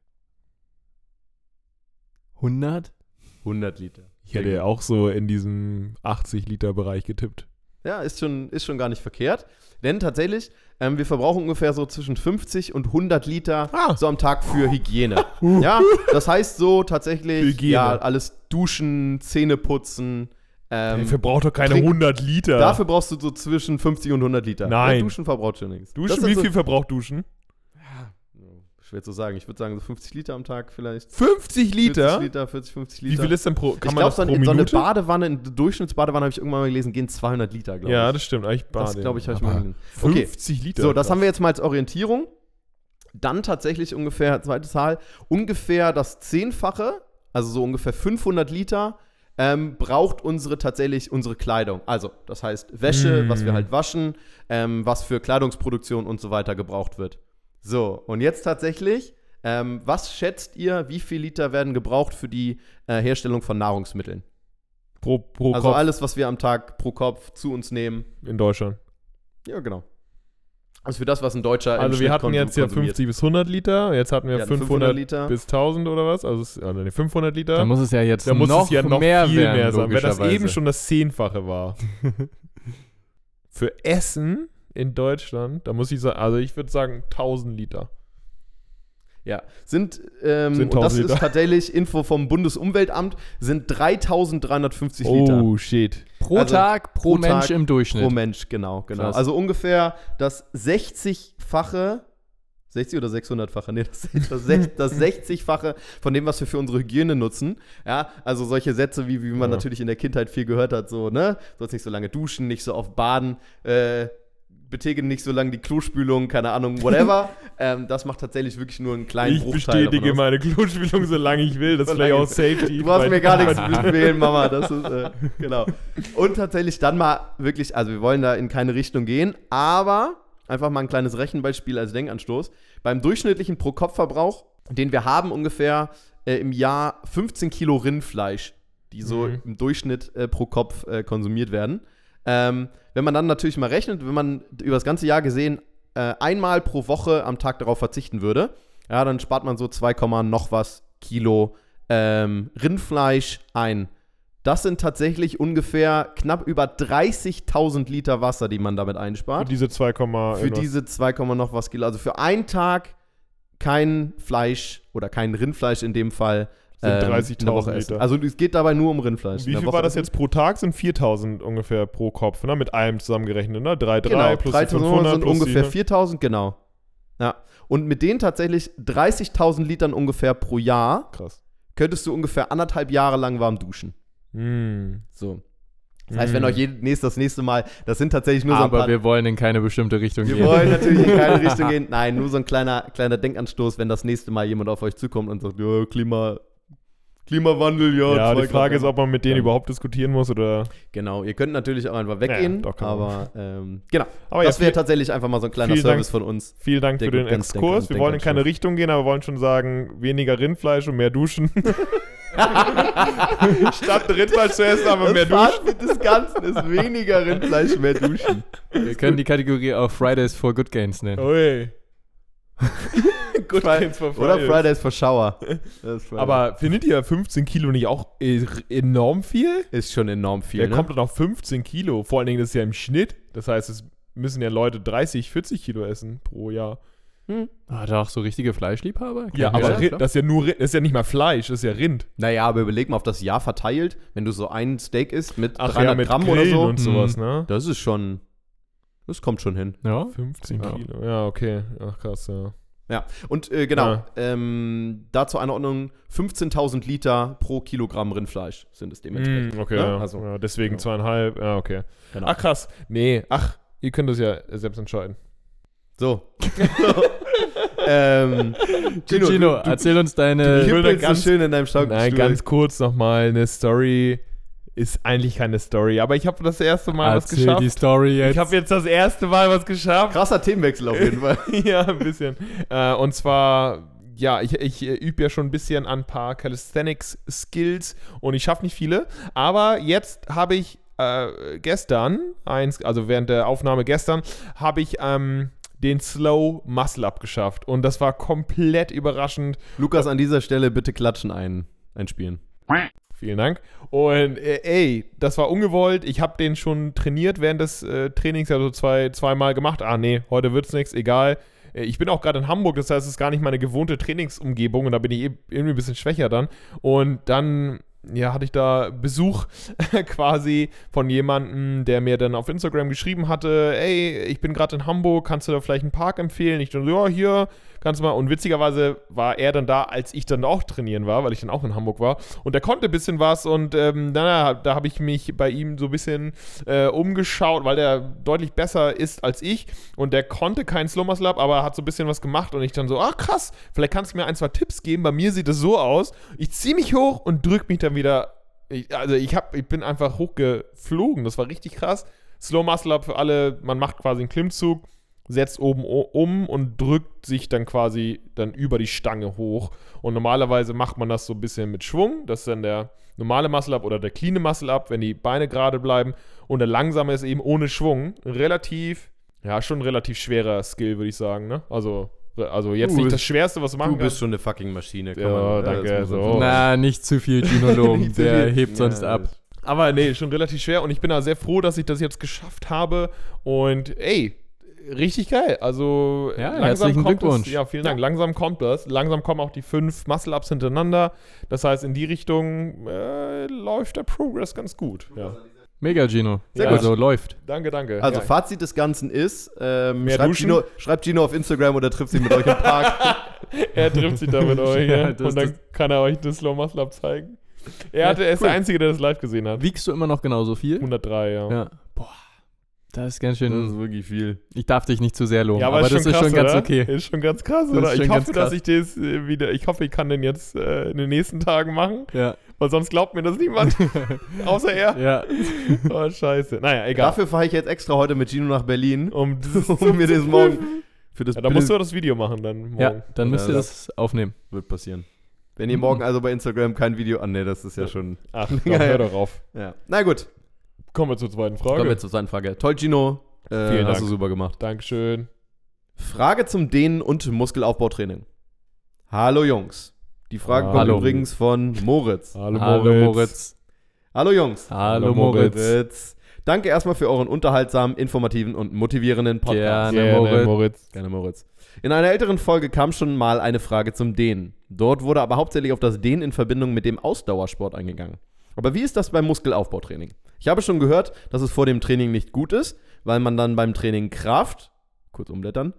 S3: hundert?
S1: hundert Liter.
S2: Ich hätte ja auch so in diesem achtzig Liter Bereich getippt.
S1: Ja, ist schon, ist schon gar nicht verkehrt. Denn tatsächlich, ähm, wir verbrauchen ungefähr so zwischen fünfzig und hundert Liter
S2: Ah.
S1: so am Tag für Hygiene. Ja, das heißt so tatsächlich,
S2: Hygiene.
S1: ja, alles duschen, Zähne putzen. Ähm,
S2: Dafür braucht doch keine
S1: Trink-
S2: hundert Liter.
S1: Dafür brauchst du so zwischen fünfzig und hundert Liter.
S2: Nein.
S1: Ja, Duschen verbraucht schon nichts. Das
S2: Duschen,
S1: sind
S2: wie
S1: so,
S2: viel verbraucht Duschen?
S1: Schwer zu sagen. Ich würde sagen so fünfzig Liter am Tag vielleicht.
S2: fünfzig Liter?
S1: vierzig Liter, vierzig, fünfzig Liter.
S2: Wie viel ist denn pro, kann
S1: ich
S2: man
S1: glaube,
S2: das
S1: so
S2: pro
S1: in so eine
S2: Minute?
S1: Badewanne, in der Durchschnittsbadewanne habe ich irgendwann mal gelesen, gehen zweihundert Liter, glaube
S2: Ja,
S1: ich.
S2: das stimmt. Ich
S1: Das glaube ich, habe ich mal gelesen. Okay.
S2: fünfzig Liter.
S1: So, das
S2: krass.
S1: haben wir jetzt mal als Orientierung. Dann tatsächlich ungefähr, zweite Zahl, ungefähr das Zehnfache, also so ungefähr fünfhundert Liter, ähm, braucht unsere tatsächlich unsere Kleidung. Also, das heißt Wäsche,
S2: Mm.
S1: was wir halt waschen, ähm, was für Kleidungsproduktion und so weiter gebraucht wird. So, und jetzt tatsächlich, ähm, was schätzt ihr, wie viel Liter werden gebraucht für die äh, Herstellung von Nahrungsmitteln?
S2: Pro, pro
S1: also
S2: Kopf
S1: alles, was wir am Tag pro Kopf zu uns nehmen.
S2: in Deutschland.
S1: Ja, genau. Also für das, was ein Deutscher im
S2: Also wir
S1: Schnitt
S2: hatten
S1: konsum-
S2: jetzt ja
S1: konsumiert.
S2: fünfzig bis hundert Liter. Jetzt hatten wir
S1: Wir hatten
S2: fünfhundert,
S1: Liter.
S2: bis tausend oder was? Also es- also nee, fünfhundert Liter.
S3: Da muss es ja jetzt
S2: Da muss
S3: noch,
S2: es ja noch
S3: mehr
S2: viel
S3: werden,
S2: mehr sein, wenn das
S3: logischerweise.
S2: eben schon das Zehnfache war. Für Essen in Deutschland, da muss ich sagen, also ich würde sagen tausend Liter.
S1: Ja, sind, ähm,
S2: Sind
S1: und das
S2: tausend
S1: ist
S2: Liter.
S1: tatsächlich Info vom Bundesumweltamt, sind dreitausenddreihundertfünfzig Liter.
S2: Oh, shit.
S3: Pro
S1: Also
S3: Tag, pro,
S1: pro
S3: Mensch
S1: Tag,
S3: im Durchschnitt.
S1: Pro Mensch, genau, genau.
S3: Krass.
S1: Also ungefähr das sechzigfache, sechzig oder sechshundertfache, nee, das, das, sech- das sechzigfache von dem, was wir für unsere Hygiene nutzen. Ja, also solche Sätze, wie, wie man
S2: Ja.
S1: natürlich in der Kindheit viel gehört hat, so, ne, sollst nicht so lange duschen, nicht so oft baden, äh, betätige nicht so lange die Klospülung, keine Ahnung, whatever. ähm, das macht tatsächlich wirklich nur einen kleinen
S2: Ich
S1: Bruchteil
S2: bestätige
S1: davon aus.
S2: meine Klospülung, solange ich will. Das ist vielleicht
S1: Solange-
S2: auch Safety.
S1: Du hast
S2: bei-
S1: mir gar nichts zu befehlen, Mama. Das ist, äh, genau. Und tatsächlich dann mal wirklich, also wir wollen da in keine Richtung gehen, aber einfach mal ein kleines Rechenbeispiel als Denkanstoß. Beim durchschnittlichen Pro-Kopf-Verbrauch, den wir haben, ungefähr äh, im Jahr fünfzehn Kilo Rindfleisch, die so
S2: Mhm.
S1: im Durchschnitt äh, pro Kopf äh, konsumiert werden. Ähm, wenn man dann natürlich mal rechnet, wenn man über das ganze Jahr gesehen äh, einmal pro Woche am Tag darauf verzichten würde, ja, dann spart man so zwei, noch was Kilo ähm, Rindfleisch ein. Das sind tatsächlich ungefähr knapp über dreißigtausend Liter Wasser, die man damit
S2: Für
S1: einspart.
S2: diese zwei,
S1: Für
S2: irgendwas.
S1: diese zwei, noch was Kilo. Also für einen Tag kein Fleisch oder kein Rindfleisch in dem Fall
S2: Sind
S1: ähm, in der
S2: dreißigtausend
S1: Woche essen.
S2: Liter.
S1: Also es geht dabei nur um Rindfleisch.
S2: Wie
S1: in der
S2: viel
S1: Woche
S2: war das
S1: essen.
S2: jetzt pro Tag? Sind viertausend ungefähr pro Kopf, ne? Mit allem zusammengerechnet, ne? drei, drei
S1: Genau,
S2: plus die
S1: dreitausend
S2: fünfhundert
S1: sind
S2: plus die,
S1: ungefähr
S2: ne?
S1: viertausend, genau. Ja. Und mit denen tatsächlich dreißigtausend Litern ungefähr pro Jahr
S2: Krass.
S1: könntest du ungefähr anderthalb Jahre lang warm duschen.
S2: Mm.
S1: So. Das heißt,
S2: Mm.
S1: wenn euch je, nächst, das nächste Mal, das sind tatsächlich nur so ein
S3: Aber
S1: paar,
S3: wir wollen in keine bestimmte Richtung
S1: wir
S3: gehen.
S1: wollen natürlich in keine Richtung gehen. Nein, nur so ein kleiner, kleiner Denkanstoß, wenn das nächste Mal jemand auf euch zukommt und sagt, ja, Klima, Klimawandel, ja.
S2: Ja,
S1: zwei
S2: die Frage
S1: Grad.
S2: ist, ob man mit denen
S1: Ja.
S2: überhaupt diskutieren muss oder.
S1: Genau, ihr könnt natürlich auch einfach weggehen,
S2: Ja, doch, kann man.
S1: aber ähm, genau.
S2: Aber
S1: das
S2: ja,
S1: wäre
S2: viel,
S1: tatsächlich einfach mal so ein kleiner
S2: vielen
S1: Service
S2: Dank.
S1: von uns.
S2: vielen Dank für
S1: Der
S2: den
S1: Good Gains
S2: Exkurs.
S1: Denker-
S2: Wir wollen in keine
S1: Denkanstoß.
S2: Richtung gehen, aber wir wollen schon sagen, weniger Rindfleisch und mehr duschen. Statt Rindfleisch zu essen, aber
S1: Das
S2: mehr duschen.
S1: Fazit des Ganzen ist weniger Rindfleisch, mehr duschen.
S3: Wir können die Kategorie auch Fridays for Good Gains nennen.
S2: Ui. Good
S1: Fri-
S2: Gains for
S1: Oder
S2: Fridays.
S1: Fridays for Shower. Das ist Fridays.
S2: Aber findet ihr fünfzehn Kilo nicht auch e- enorm viel?
S1: ist schon enorm viel.
S2: Wer
S1: ne?
S2: kommt dann auf fünfzehn Kilo? Vor allen Dingen, das ist ja im Schnitt. Das heißt, es müssen ja Leute dreißig, vierzig Kilo essen pro Jahr.
S3: Ah, doch, so richtige Fleischliebhaber?
S2: Ja,
S3: Kann
S2: aber
S3: ich mir
S2: Rind, das ist ja nur Rind, das ist ja nicht mal Fleisch, das ist ja Rind.
S1: Naja, aber überleg mal auf das Jahr verteilt, wenn du so ein Steak isst mit
S2: Ach
S1: dreihundert
S2: ja, mit
S1: Gramm oder
S2: Grillen
S1: so.
S2: und sowas,
S3: Mhm.
S2: ne?
S1: Das ist schon, das kommt schon hin.
S3: Ja.
S2: fünfzehn
S3: Ja.
S2: Kilo. Ja, okay. Ach krass, ja.
S1: Ja, und äh, genau,
S2: Ja.
S1: ähm, da zur Einordnung, fünfzehntausend Liter pro Kilogramm Rindfleisch sind es dementsprechend.
S2: Mm, okay,
S1: ne?
S2: ja.
S1: Also,
S2: ja, deswegen
S1: genau.
S2: zweieinhalb. Ja, okay.
S1: Genau.
S2: Ach krass. Nee, ach, ihr könnt das ja selbst entscheiden.
S1: So. ähm,
S3: Gino, Gino erzähl uns
S1: du
S3: deine.
S2: will da
S1: kippelst so
S2: ganz-
S1: schön in deinem Schaukelstuhl.
S2: Nein, ganz kurz nochmal, eine Story ist eigentlich keine Story, aber ich habe das erste Mal was
S3: Erzähl
S2: geschafft.
S3: die Story jetzt.
S2: Ich habe jetzt das erste Mal was geschafft.
S1: Krasser Themenwechsel auf jeden Fall.
S2: Ja, ein bisschen. Äh, und zwar, ja, ich, ich äh, übe ja schon ein bisschen an ein paar Calisthenics-Skills und ich schaffe nicht viele. Aber jetzt habe ich äh, gestern, eins, also während der Aufnahme gestern, habe ich ähm, den Slow Muscle Up geschafft. Und das war komplett überraschend.
S1: Lukas, an dieser Stelle bitte klatschen ein, einspielen.
S2: Vielen Dank. Und äh, ey, das war ungewollt. Ich habe den schon trainiert während des äh, Trainings, also zwei, zweimal gemacht. Ah, nee, heute wird's nichts, egal. Äh, ich bin auch gerade in Hamburg, das heißt, es ist gar nicht meine gewohnte Trainingsumgebung und da bin ich eh, irgendwie ein bisschen schwächer dann. Und dann, ja, hatte ich da Besuch quasi von jemandem, der mir dann auf Instagram geschrieben hatte, ey, ich bin gerade in Hamburg, kannst du da vielleicht einen Park empfehlen? Ich dann so, ja, hier, kannst du mal. Und witzigerweise war er dann da, als ich dann auch trainieren war, weil ich dann auch in Hamburg war. Und der konnte ein bisschen was und ähm, na, da habe ich mich bei ihm so ein bisschen äh, umgeschaut, weil der deutlich besser ist als ich. Und der konnte keinen Slow Muscle Up, aber er hat so ein bisschen was gemacht. Und ich dann so, ah krass, vielleicht kannst du mir ein, zwei Tipps geben. Bei mir sieht es so aus. Ich ziehe mich hoch und drücke mich dann wieder. Ich, also ich, hab, ich bin einfach hochgeflogen. Das war richtig krass. Slow Muscle Up für alle, man macht quasi einen Klimmzug, setzt oben o- um und drückt sich dann quasi dann über die Stange hoch. Und normalerweise macht man das so ein bisschen mit Schwung. Das ist dann der normale Muscle Up oder der cleane Muscle Up, wenn die Beine gerade bleiben. Und der langsame ist eben ohne Schwung. Relativ, ja, schon ein relativ schwerer Skill, würde ich sagen, ne? Also, also jetzt
S1: Du
S2: nicht
S1: bist-
S2: das Schwerste, was du machen
S1: Du bist
S2: kannst.
S1: schon eine fucking Maschine. kann
S2: Ja,
S1: man-
S2: danke,
S1: das muss man
S2: so.
S1: sagen.
S3: Na, nicht zu viel Gino Lohm.
S1: Nicht zu
S3: Der
S1: viel.
S3: hebt sonst
S1: Ja,
S3: ab.
S2: Aber nee, schon relativ schwer und ich bin da sehr froh, dass ich das jetzt geschafft habe. Und ey, richtig geil. Also
S3: Ja,
S2: langsam
S3: herzlichen
S2: kommt
S3: Glückwunsch.
S2: Es, ja, vielen Dank. Langsam kommt das. Langsam kommen auch die fünf Muscle-Ups hintereinander. Das heißt, in die Richtung äh, läuft der Progress ganz gut. Ja.
S3: Mega, Gino.
S2: Sehr
S3: Ja,
S2: gut.
S3: also läuft.
S2: Danke, danke.
S1: Also
S2: ja.
S1: Fazit des Ganzen ist, ähm,
S2: Mehr
S1: schreibt,
S2: duschen?
S1: Gino, schreibt Gino auf Instagram oder trifft sich mit euch im Park.
S2: Er trifft sich da mit euch.
S3: Ja,
S2: Ja,
S3: das-
S2: und dann
S3: das-
S2: kann er euch das Slow Muscle Up zeigen. Er,
S3: Ja,
S2: hatte, er ist
S3: cool.
S2: der Einzige, der das live gesehen hat.
S3: Wiegst du immer noch genauso viel?
S2: hundertdrei, ja.
S3: Ja. Boah. Das ist ganz
S1: Das
S3: schön.
S1: ist wirklich viel.
S3: Ich darf dich nicht zu sehr loben,
S2: Ja, aber,
S3: aber
S2: ist
S3: das
S2: schon
S3: ist
S2: krass,
S3: schon ganz
S2: oder?
S3: okay.
S2: Ist schon ganz krass,
S3: Das
S2: oder?
S3: ist
S2: Ich
S3: schon
S2: hoffe,
S3: ganz
S2: dass
S3: krass.
S2: ich das äh, wieder, ich hoffe, ich kann den jetzt äh, in den nächsten Tagen machen,
S3: Ja.
S2: weil sonst glaubt mir das niemand, außer er.
S3: Ja.
S2: Oh, scheiße. Naja, egal.
S1: Dafür fahre ich jetzt extra heute mit Gino nach Berlin,
S2: Um, das
S1: um mir das morgen für das
S2: ja, da musst
S1: Bild
S2: du das Video machen dann morgen.
S3: Ja, dann müsst ihr
S1: Ja,
S3: das aufnehmen.
S1: wird passieren. Wenn ihr morgen also bei Instagram kein Video... Ah, ne, das ist ja schon...
S2: Ach, komm,
S1: Ja, ja.
S2: hör doch auf.
S1: Ja. Na gut,
S2: Kommen wir zur zweiten Frage.
S1: kommen wir zur zweiten Frage. Toll, Gino. Äh,
S2: Vielen
S1: hast
S2: Dank.
S1: du super gemacht.
S2: Dankeschön.
S1: Frage zum Dehnen- und Muskelaufbautraining. Hallo Jungs. Die Frage kommt
S3: Hallo.
S1: übrigens von Moritz.
S2: Hallo,
S3: Hallo Moritz.
S1: Hallo Jungs.
S3: Hallo
S2: Hallo,
S3: Moritz.
S1: Moritz. Danke erstmal für euren unterhaltsamen, informativen und motivierenden Podcast.
S3: Gerne.
S2: Gerne,
S3: Moritz.
S2: Moritz.
S1: Gerne, Moritz. In einer älteren Folge kam schon mal eine Frage zum Dehnen. Dort wurde aber hauptsächlich auf das Dehnen in Verbindung mit dem Ausdauersport eingegangen. Aber wie ist das beim Muskelaufbautraining? Ich habe schon gehört, dass es vor dem Training nicht gut ist, weil man dann beim Training Kraft, kurz umblättern,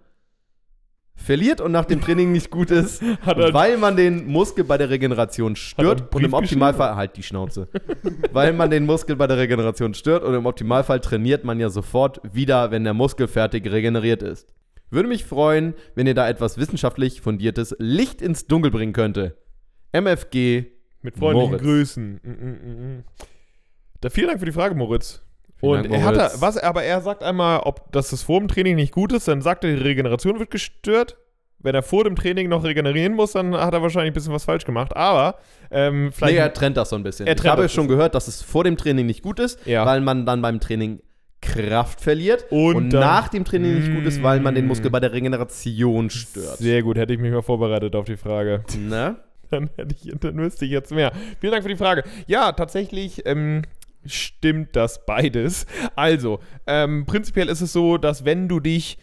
S1: verliert und nach dem Training nicht gut ist,
S2: Hat er-
S1: weil man den Muskel bei der Regeneration
S2: Hat
S1: stört
S2: er einen
S1: und im
S2: Brief
S1: Optimalfall, halt die Schnauze, weil man den Muskel bei der Regeneration stört und im Optimalfall trainiert man ja sofort wieder, wenn der Muskel fertig regeneriert ist. Würde mich freuen, wenn ihr da etwas wissenschaftlich fundiertes Licht ins Dunkel bringen könnte. M F G.
S2: Mit freundlichen
S1: Moritz.
S2: Grüßen. Mm, mm, mm, mm. Da, vielen Dank für die Frage, Moritz.
S1: Vielen
S2: Und
S1: Dank,
S2: er hat
S1: Moritz.
S2: da, was, aber er sagt einmal, ob dass das vor dem Training nicht gut ist, dann sagt er, die Regeneration wird gestört. Wenn er vor dem Training noch regenerieren muss, dann hat er wahrscheinlich ein bisschen was falsch gemacht. Aber ähm, vielleicht.
S1: Nee, er trennt das so ein bisschen.
S2: Er
S1: Ich
S2: trennt
S1: habe
S2: das
S1: schon
S2: bisschen.
S1: gehört, dass es vor dem Training nicht gut ist,
S2: Ja.
S1: weil man dann beim Training Kraft verliert
S2: Und
S1: und,
S2: dann-
S1: nach dem Training nicht gut ist, weil man den Muskel
S2: Mm.
S1: bei der Regeneration stört.
S2: Sehr gut, hätte ich mich mal vorbereitet auf die Frage.
S1: Ne?
S2: Dann, hätte ich, dann wüsste ich jetzt mehr. Vielen Dank für die Frage. Ja, tatsächlich ähm, stimmt das beides. Also, ähm, prinzipiell ist es so, dass wenn du dich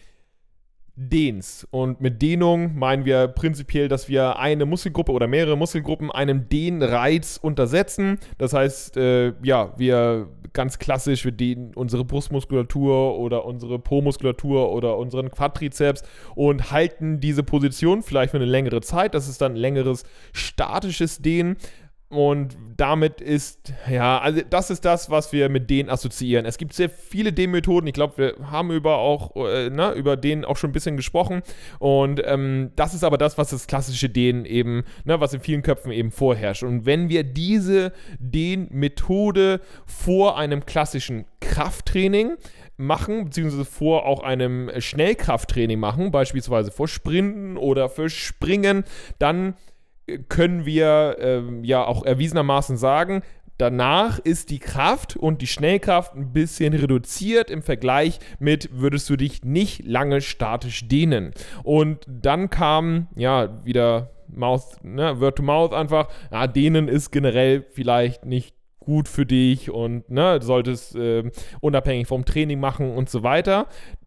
S2: dehnst, und mit Dehnung meinen wir prinzipiell, dass wir eine Muskelgruppe oder mehrere Muskelgruppen einem Dehnreiz untersetzen. Das heißt, äh, ja, wir ganz klassisch, wir dehnen unsere Brustmuskulatur oder unsere Po-Muskulatur oder unseren Quadrizeps und halten diese Position vielleicht für eine längere Zeit. Das ist dann ein längeres statisches Dehnen. Und damit ist, ja, also das ist das, was wir mit denen assoziieren. Es gibt sehr viele Dehnmethoden. Ich glaube, wir haben über auch, äh, ne, über den auch schon ein bisschen gesprochen. Und ähm, das ist aber das, was das klassische Dehnen eben, ne, was in vielen Köpfen eben vorherrscht. Und wenn wir diese Dehnmethode vor einem klassischen Krafttraining machen, beziehungsweise vor auch einem Schnellkrafttraining machen, beispielsweise vor Sprinten oder für Springen, dann können wir ähm, ja auch erwiesenermaßen sagen, danach ist die Kraft und die Schnellkraft ein bisschen reduziert im Vergleich mit, würdest du dich nicht lange statisch dehnen. Und dann kam, ja, wieder Mouth, ne, Word to Mouth einfach, ja, dehnen ist generell vielleicht nicht gut für dich und ne, du solltest äh, unabhängig vom Training machen und so weiter.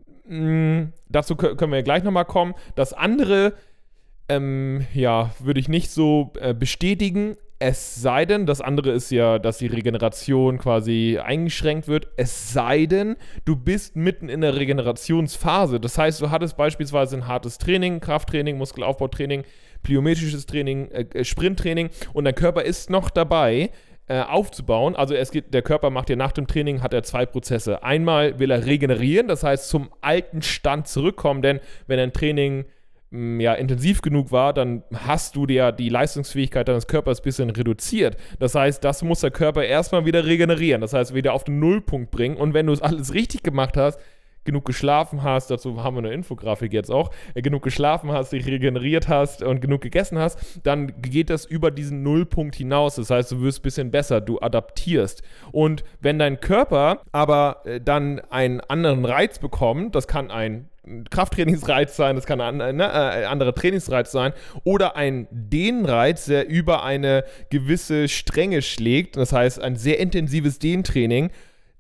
S2: Mm, dazu k- können wir ja gleich nochmal kommen. Das andere Ähm, ja, würde ich nicht so äh, bestätigen. Es sei denn, das andere ist ja, dass die Regeneration quasi eingeschränkt wird. Es sei denn, du bist mitten in der Regenerationsphase. Das heißt, du hattest beispielsweise ein hartes Training, Krafttraining, Muskelaufbautraining, plyometrisches Training, äh, Sprinttraining und dein Körper ist noch dabei, äh, aufzubauen. Also es geht, der Körper macht ja nach dem Training, hat er zwei Prozesse. Einmal will er regenerieren, das heißt zum alten Stand zurückkommen, denn wenn ein Training ja, intensiv genug war, dann hast du dir die Leistungsfähigkeit deines Körpers ein bisschen reduziert. Das heißt, das muss der Körper erstmal wieder regenerieren. Das heißt, wieder auf den Nullpunkt bringen. Und wenn du es alles richtig gemacht hast, genug geschlafen hast, dazu haben wir eine Infografik jetzt auch, äh, genug geschlafen hast, dich regeneriert hast und genug gegessen hast, dann geht das über diesen Nullpunkt hinaus. Das heißt, du wirst ein bisschen besser, du adaptierst. Und wenn dein Körper aber äh, dann einen anderen Reiz bekommt, das kann ein Krafttrainingsreiz sein, das kann ein ne, äh, anderer Trainingsreiz sein oder ein Dehnreiz, der über eine gewisse Strenge schlägt, das heißt ein sehr intensives Dehntraining,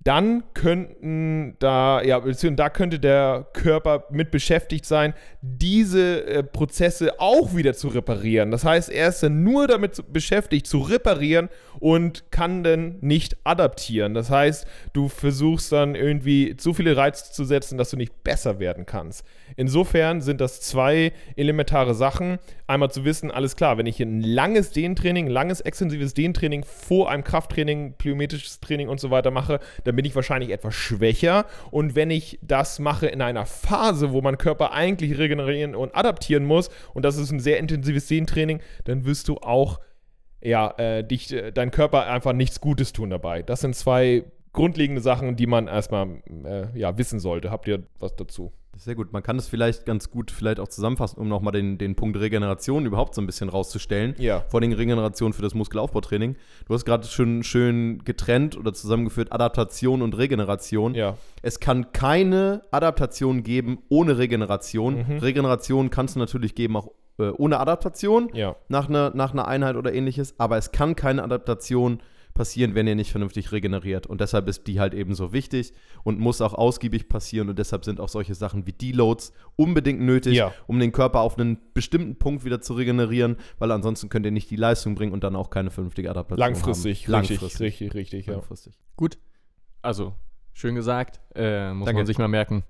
S2: dann könnten da, ja, beziehungsweise da könnte der Körper mit beschäftigt sein, diese äh, Prozesse auch wieder zu reparieren. Das heißt, er ist dann nur damit zu, beschäftigt, zu reparieren und kann dann nicht adaptieren. Das heißt, du versuchst dann irgendwie so viele Reize zu setzen, dass du nicht besser werden kannst. Insofern sind das zwei elementare Sachen. Einmal zu wissen, alles klar, wenn ich hier ein langes Dehntraining, ein langes extensives Dehntraining vor einem Krafttraining, plyometrisches Training und so weiter mache, dann bin ich wahrscheinlich etwas schwächer. Und wenn ich das mache in einer Phase, wo mein Körper eigentlich regenerieren und adaptieren muss, und das ist ein sehr intensives Dehntraining, dann wirst du auch ja, äh, dich, äh, dein Körper einfach nichts Gutes tun dabei. Das sind zwei grundlegende Sachen, die man erstmal äh, ja, wissen sollte. Habt ihr was dazu?
S1: Sehr gut. Man kann es vielleicht ganz gut vielleicht auch zusammenfassen, um nochmal den, den Punkt Regeneration überhaupt so ein bisschen rauszustellen.
S2: Ja.
S1: Vor allem Regeneration für das Muskelaufbautraining. Du hast gerade schon schön getrennt oder zusammengeführt Adaptation und Regeneration.
S2: Ja.
S1: Es kann keine Adaptation geben ohne Regeneration.
S2: Mhm.
S1: Regeneration kannst du natürlich geben auch äh, ohne Adaptation
S2: Ja.
S1: nach einer nach einer Einheit oder ähnliches, aber es kann keine Adaptation passieren, wenn ihr nicht vernünftig regeneriert. Und deshalb ist die halt eben so wichtig und muss auch ausgiebig passieren. Und deshalb sind auch solche Sachen wie Deloads unbedingt nötig,
S2: Ja.
S1: um den Körper auf einen bestimmten Punkt wieder zu regenerieren, weil ansonsten könnt ihr nicht die Leistung bringen und dann auch keine vernünftige Adaptation
S2: Langfristig,
S1: haben.
S2: richtig,
S1: Langfristig,
S2: richtig, richtig, ja.
S1: Langfristig.
S3: Gut. Also, schön gesagt. Äh, muss
S1: Danke.
S3: man sich mal merken.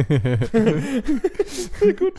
S3: Gut.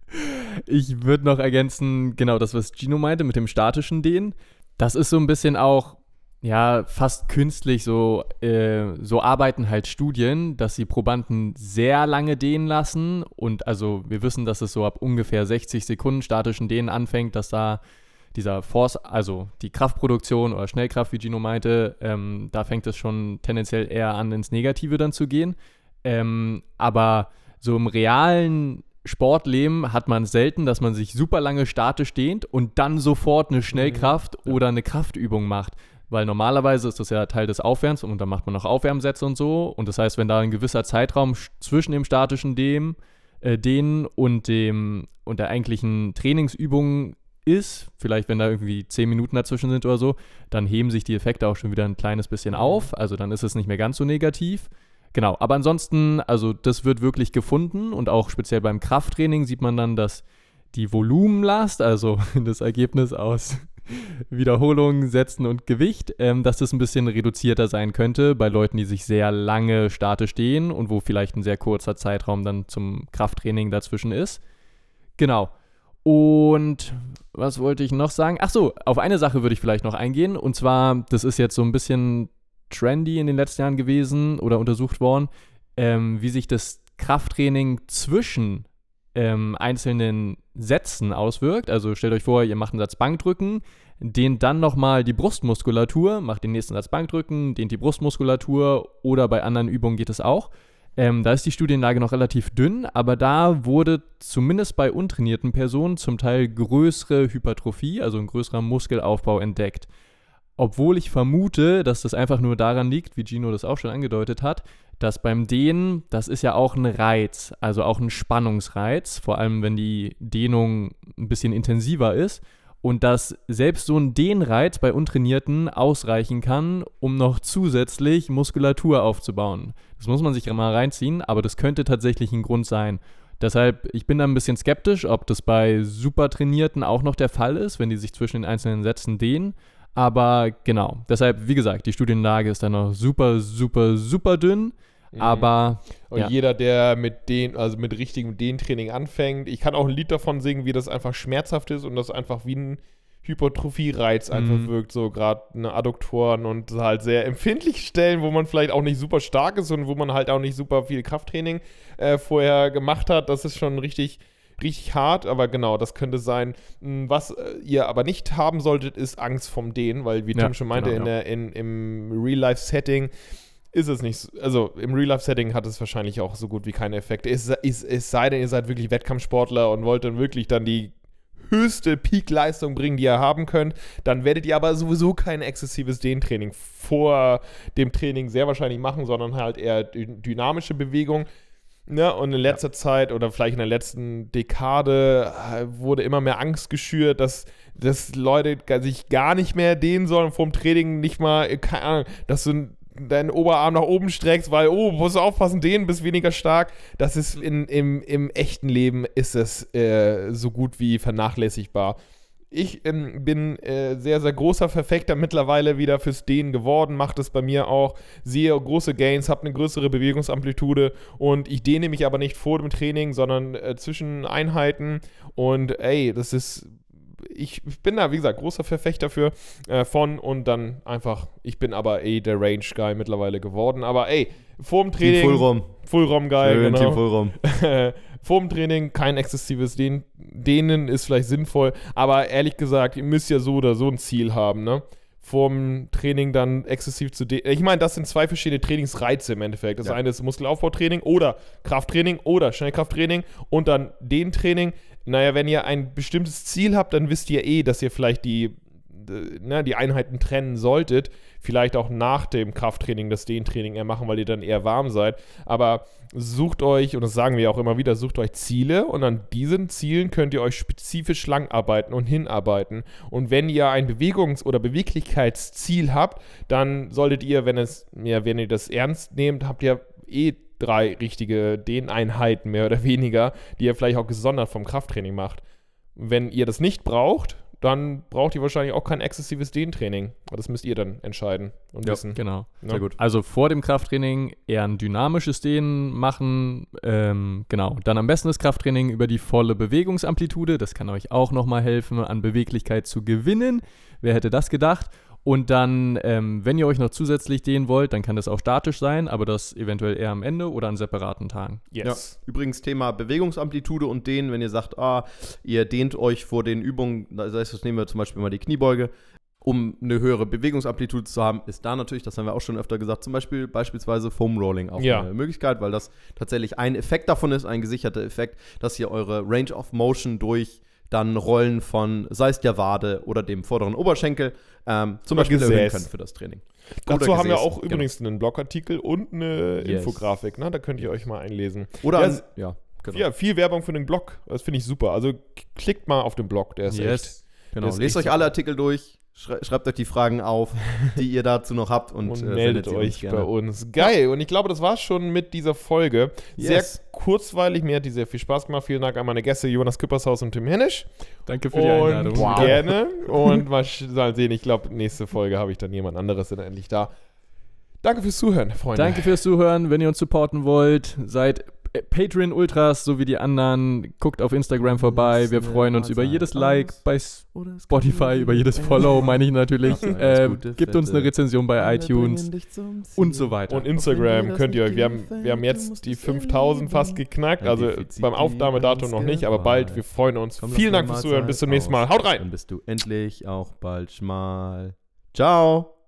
S3: Ich würde noch ergänzen, genau das, was Gino meinte mit dem statischen Dehnen. Das ist so ein bisschen auch, ja, fast künstlich, so, äh, so arbeiten halt Studien, dass sie Probanden sehr lange dehnen lassen. Und also wir wissen, dass es so ab ungefähr sechzig Sekunden statischen Dehnen anfängt, dass da dieser Force, also die Kraftproduktion oder Schnellkraft, wie Gino meinte, ähm, da fängt es schon tendenziell eher an, ins Negative dann zu gehen. Ähm, aber so im realen Sportleben hat man selten, dass man sich super lange statisch dehnt und dann sofort eine Schnellkraft
S2: Mhm.
S3: oder eine Kraftübung macht. Weil normalerweise ist das ja Teil des Aufwärms und dann macht man noch Aufwärmsätze und so. Und das heißt, wenn da ein gewisser Zeitraum sch- zwischen dem statischen Dehnen, äh, Dehnen und, dem, und der eigentlichen Trainingsübung ist, vielleicht wenn da irgendwie zehn Minuten dazwischen sind oder so, dann heben sich die Effekte auch schon wieder ein kleines bisschen auf. Also dann ist es nicht mehr ganz so negativ. Genau, aber ansonsten, also das wird wirklich gefunden und auch speziell beim Krafttraining sieht man dann, dass die Volumenlast, also das Ergebnis aus Wiederholungen, Sätzen und Gewicht, ähm, dass das ein bisschen reduzierter sein könnte bei Leuten, die sich sehr lange statisch dehnen und wo vielleicht ein sehr kurzer Zeitraum dann zum Krafttraining dazwischen ist. Genau. Und was wollte ich noch sagen? Ach so, auf eine Sache würde ich vielleicht noch eingehen. Und zwar, das ist jetzt so ein bisschen trendy in den letzten Jahren gewesen oder untersucht worden, ähm, wie sich das Krafttraining zwischen ähm, einzelnen Sätzen auswirkt. Also stellt euch vor, ihr macht einen Satz Bankdrücken, dehnt dann nochmal die Brustmuskulatur, macht den nächsten Satz Bankdrücken, dehnt die Brustmuskulatur oder bei anderen Übungen geht es auch. Ähm, da ist die Studienlage noch relativ dünn, aber da wurde zumindest bei untrainierten Personen zum Teil größere Hypertrophie, also ein größerer Muskelaufbau entdeckt. Obwohl ich vermute, dass das einfach nur daran liegt, wie Gino das auch schon angedeutet hat, dass beim Dehnen, das ist ja auch ein Reiz, also auch ein Spannungsreiz, vor allem wenn die Dehnung ein bisschen intensiver ist und dass selbst so ein Dehnreiz bei Untrainierten ausreichen kann, um noch zusätzlich Muskulatur aufzubauen. Das muss man sich mal reinziehen, aber das könnte tatsächlich ein Grund sein. Deshalb, ich bin da ein bisschen skeptisch, ob das bei Supertrainierten auch noch der Fall ist, wenn die sich zwischen den einzelnen Sätzen dehnen. Aber genau, deshalb, wie gesagt, die Studienlage ist dann noch super, super, super dünn.
S2: Mhm.
S3: Aber
S2: Und
S3: ja.
S2: jeder, der mit den, also mit richtigem Dehntraining anfängt, ich kann auch ein Lied davon singen, wie das einfach schmerzhaft ist und das einfach wie ein Hypertrophie-Reiz einfach
S3: Mhm.
S2: wirkt, so gerade eine Adduktoren und halt sehr empfindliche Stellen, wo man vielleicht auch nicht super stark ist und wo man halt auch nicht super viel Krafttraining äh, vorher gemacht hat. Das ist schon richtig, richtig hart, aber genau, das könnte sein. M, Was äh, ihr aber nicht haben solltet, ist Angst vom Dehnen, weil wie
S3: Ja,
S2: Tim schon meinte,
S3: genau,
S2: in der, in, im Real-Life-Setting ist es nicht, so- also im Real-Life-Setting hat es wahrscheinlich auch so gut wie keine Effekte. Es, es, es sei denn, ihr seid wirklich Wettkampfsportler und wollt dann wirklich dann die höchste Peak-Leistung bringen, die ihr haben könnt, dann werdet ihr aber sowieso kein exzessives Dehntraining vor dem Training sehr wahrscheinlich machen, sondern halt eher dy- dynamische Bewegung. Ne? Und in letzter ja. Zeit oder vielleicht in der letzten Dekade äh, wurde immer mehr Angst geschürt, dass, dass Leute gar- sich gar nicht mehr dehnen sollen, vor dem Training nicht mal, äh, keine Ahnung, dass du deinen Oberarm nach oben streckst, weil, oh, musst du aufpassen, den bist weniger stark. Das ist in, im, im echten Leben ist es äh, so gut wie vernachlässigbar. Ich ähm, bin äh, sehr, sehr großer Verfechter mittlerweile wieder fürs Dehnen geworden, mache das bei mir auch, sehe große Gains, habe eine größere Bewegungsamplitude und ich dehne mich aber nicht vor dem Training, sondern äh, zwischen Einheiten und ey, das ist, ich bin da, wie gesagt, großer Verfechter für, äh, von und dann einfach, ich bin aber ey der Range-Guy mittlerweile geworden, aber ey, vor dem Training,
S1: Fullrom.
S2: Fullrom-Guy,
S1: Schön,
S2: genau.
S1: Team Fullrom.
S2: Vor dem Training kein exzessives Dehnen. Dehnen ist vielleicht sinnvoll, aber ehrlich gesagt, ihr müsst ja so oder so ein Ziel haben, ne? Vorm Training dann exzessiv zu dehnen. Ich meine, das sind zwei verschiedene Trainingsreize im Endeffekt. Das
S1: ja. eine
S2: ist Muskelaufbautraining oder Krafttraining oder Schnellkrafttraining und dann Dehntraining. Naja, wenn ihr ein bestimmtes Ziel habt, dann wisst ihr eh, dass ihr vielleicht die, ne, die Einheiten trennen solltet. Vielleicht auch nach dem Krafttraining das Dehntraining eher machen, weil ihr dann eher warm seid. Aber sucht euch, und das sagen wir auch immer wieder, sucht euch Ziele und an diesen Zielen könnt ihr euch spezifisch lang arbeiten und hinarbeiten. Und wenn ihr ein Bewegungs- oder Beweglichkeitsziel habt, dann solltet ihr, wenn es, ja, wenn ihr das ernst nehmt, habt ihr eh drei richtige Dehneinheiten mehr oder weniger, die ihr vielleicht auch gesondert vom Krafttraining macht. Wenn ihr das nicht braucht, dann braucht ihr wahrscheinlich auch kein exzessives Dehntraining. Das müsst ihr dann entscheiden und
S3: ja,
S2: wissen.
S3: Genau,
S2: ja.
S3: sehr gut. Also vor dem Krafttraining eher ein dynamisches Dehnen machen. Ähm, genau, dann am besten das Krafttraining über die volle Bewegungsamplitude. Das kann euch auch nochmal helfen, an Beweglichkeit zu gewinnen. Wer hätte das gedacht? Und dann, ähm, wenn ihr euch noch zusätzlich dehnen wollt, dann kann das auch statisch sein, aber das eventuell eher am Ende oder an separaten Tagen.
S2: Yes.
S1: Ja. Übrigens Thema Bewegungsamplitude und Dehnen, wenn ihr sagt, ah, ihr dehnt euch vor den Übungen, das heißt, das nehmen wir zum Beispiel mal die Kniebeuge, um eine höhere Bewegungsamplitude zu haben, ist da natürlich, das haben wir auch schon öfter gesagt, zum Beispiel beispielsweise Foam Rolling auch
S2: ja.
S1: eine Möglichkeit, weil das tatsächlich ein Effekt davon ist, ein gesicherter Effekt, dass ihr eure Range of Motion durch dann Rollen von, sei es der Wade oder dem vorderen Oberschenkel, ähm, zum
S2: oder
S1: Beispiel
S2: Gesäß.
S1: erhöhen können für das Training.
S2: Dazu
S1: Oder
S2: haben wir
S1: Gesäß,
S2: auch
S1: genau.
S2: übrigens einen Blogartikel und eine
S1: Yes.
S2: Infografik, ne? Da könnt ihr euch mal einlesen.
S1: Oder,
S2: ja,
S1: ein, ja, genau.
S2: ja, viel Werbung für den Blog, das finde ich super. Also k- klickt mal auf den Blog, der ist
S3: Yes.
S2: echt.
S1: Genau,
S2: ist
S1: lest
S2: echt
S1: euch alle Artikel durch, schrei- schreibt euch die Fragen auf, die ihr dazu noch habt und,
S2: Und
S1: äh,
S2: meldet
S1: sendet sie
S2: euch
S1: gerne.
S2: bei uns. Geil. Und ich glaube, das war's schon mit dieser Folge. Sehr
S1: Yes.
S2: kurzweilig. Mir hat die sehr viel Spaß gemacht. Vielen Dank an meine Gäste Jonas Küppershaus und Tim Hennisch.
S3: Danke für die
S2: Und
S3: Einladung.
S1: Wow.
S2: gerne. Und mal sch- mal sehen. Ich glaube, nächste Folge habe ich dann jemand anderes dann endlich da. Danke fürs Zuhören, Freunde.
S3: Danke fürs Zuhören. Wenn ihr uns supporten wollt, seid Patreon Ultras, so wie die anderen. Guckt auf Instagram vorbei. Wir freuen uns über jedes Like bei Spotify, über jedes Follow, meine ich natürlich. Äh, gebt uns eine Rezension bei iTunes und so weiter.
S2: Und Instagram könnt ihr euch, wir haben, wir haben jetzt die fünftausend fast geknackt, also beim Aufnahmedatum noch nicht, aber bald, wir freuen uns. Vielen Dank fürs Zuhören, bis zum nächsten Mal. Haut rein!
S1: Dann bist du endlich auch bald schmal. Ciao!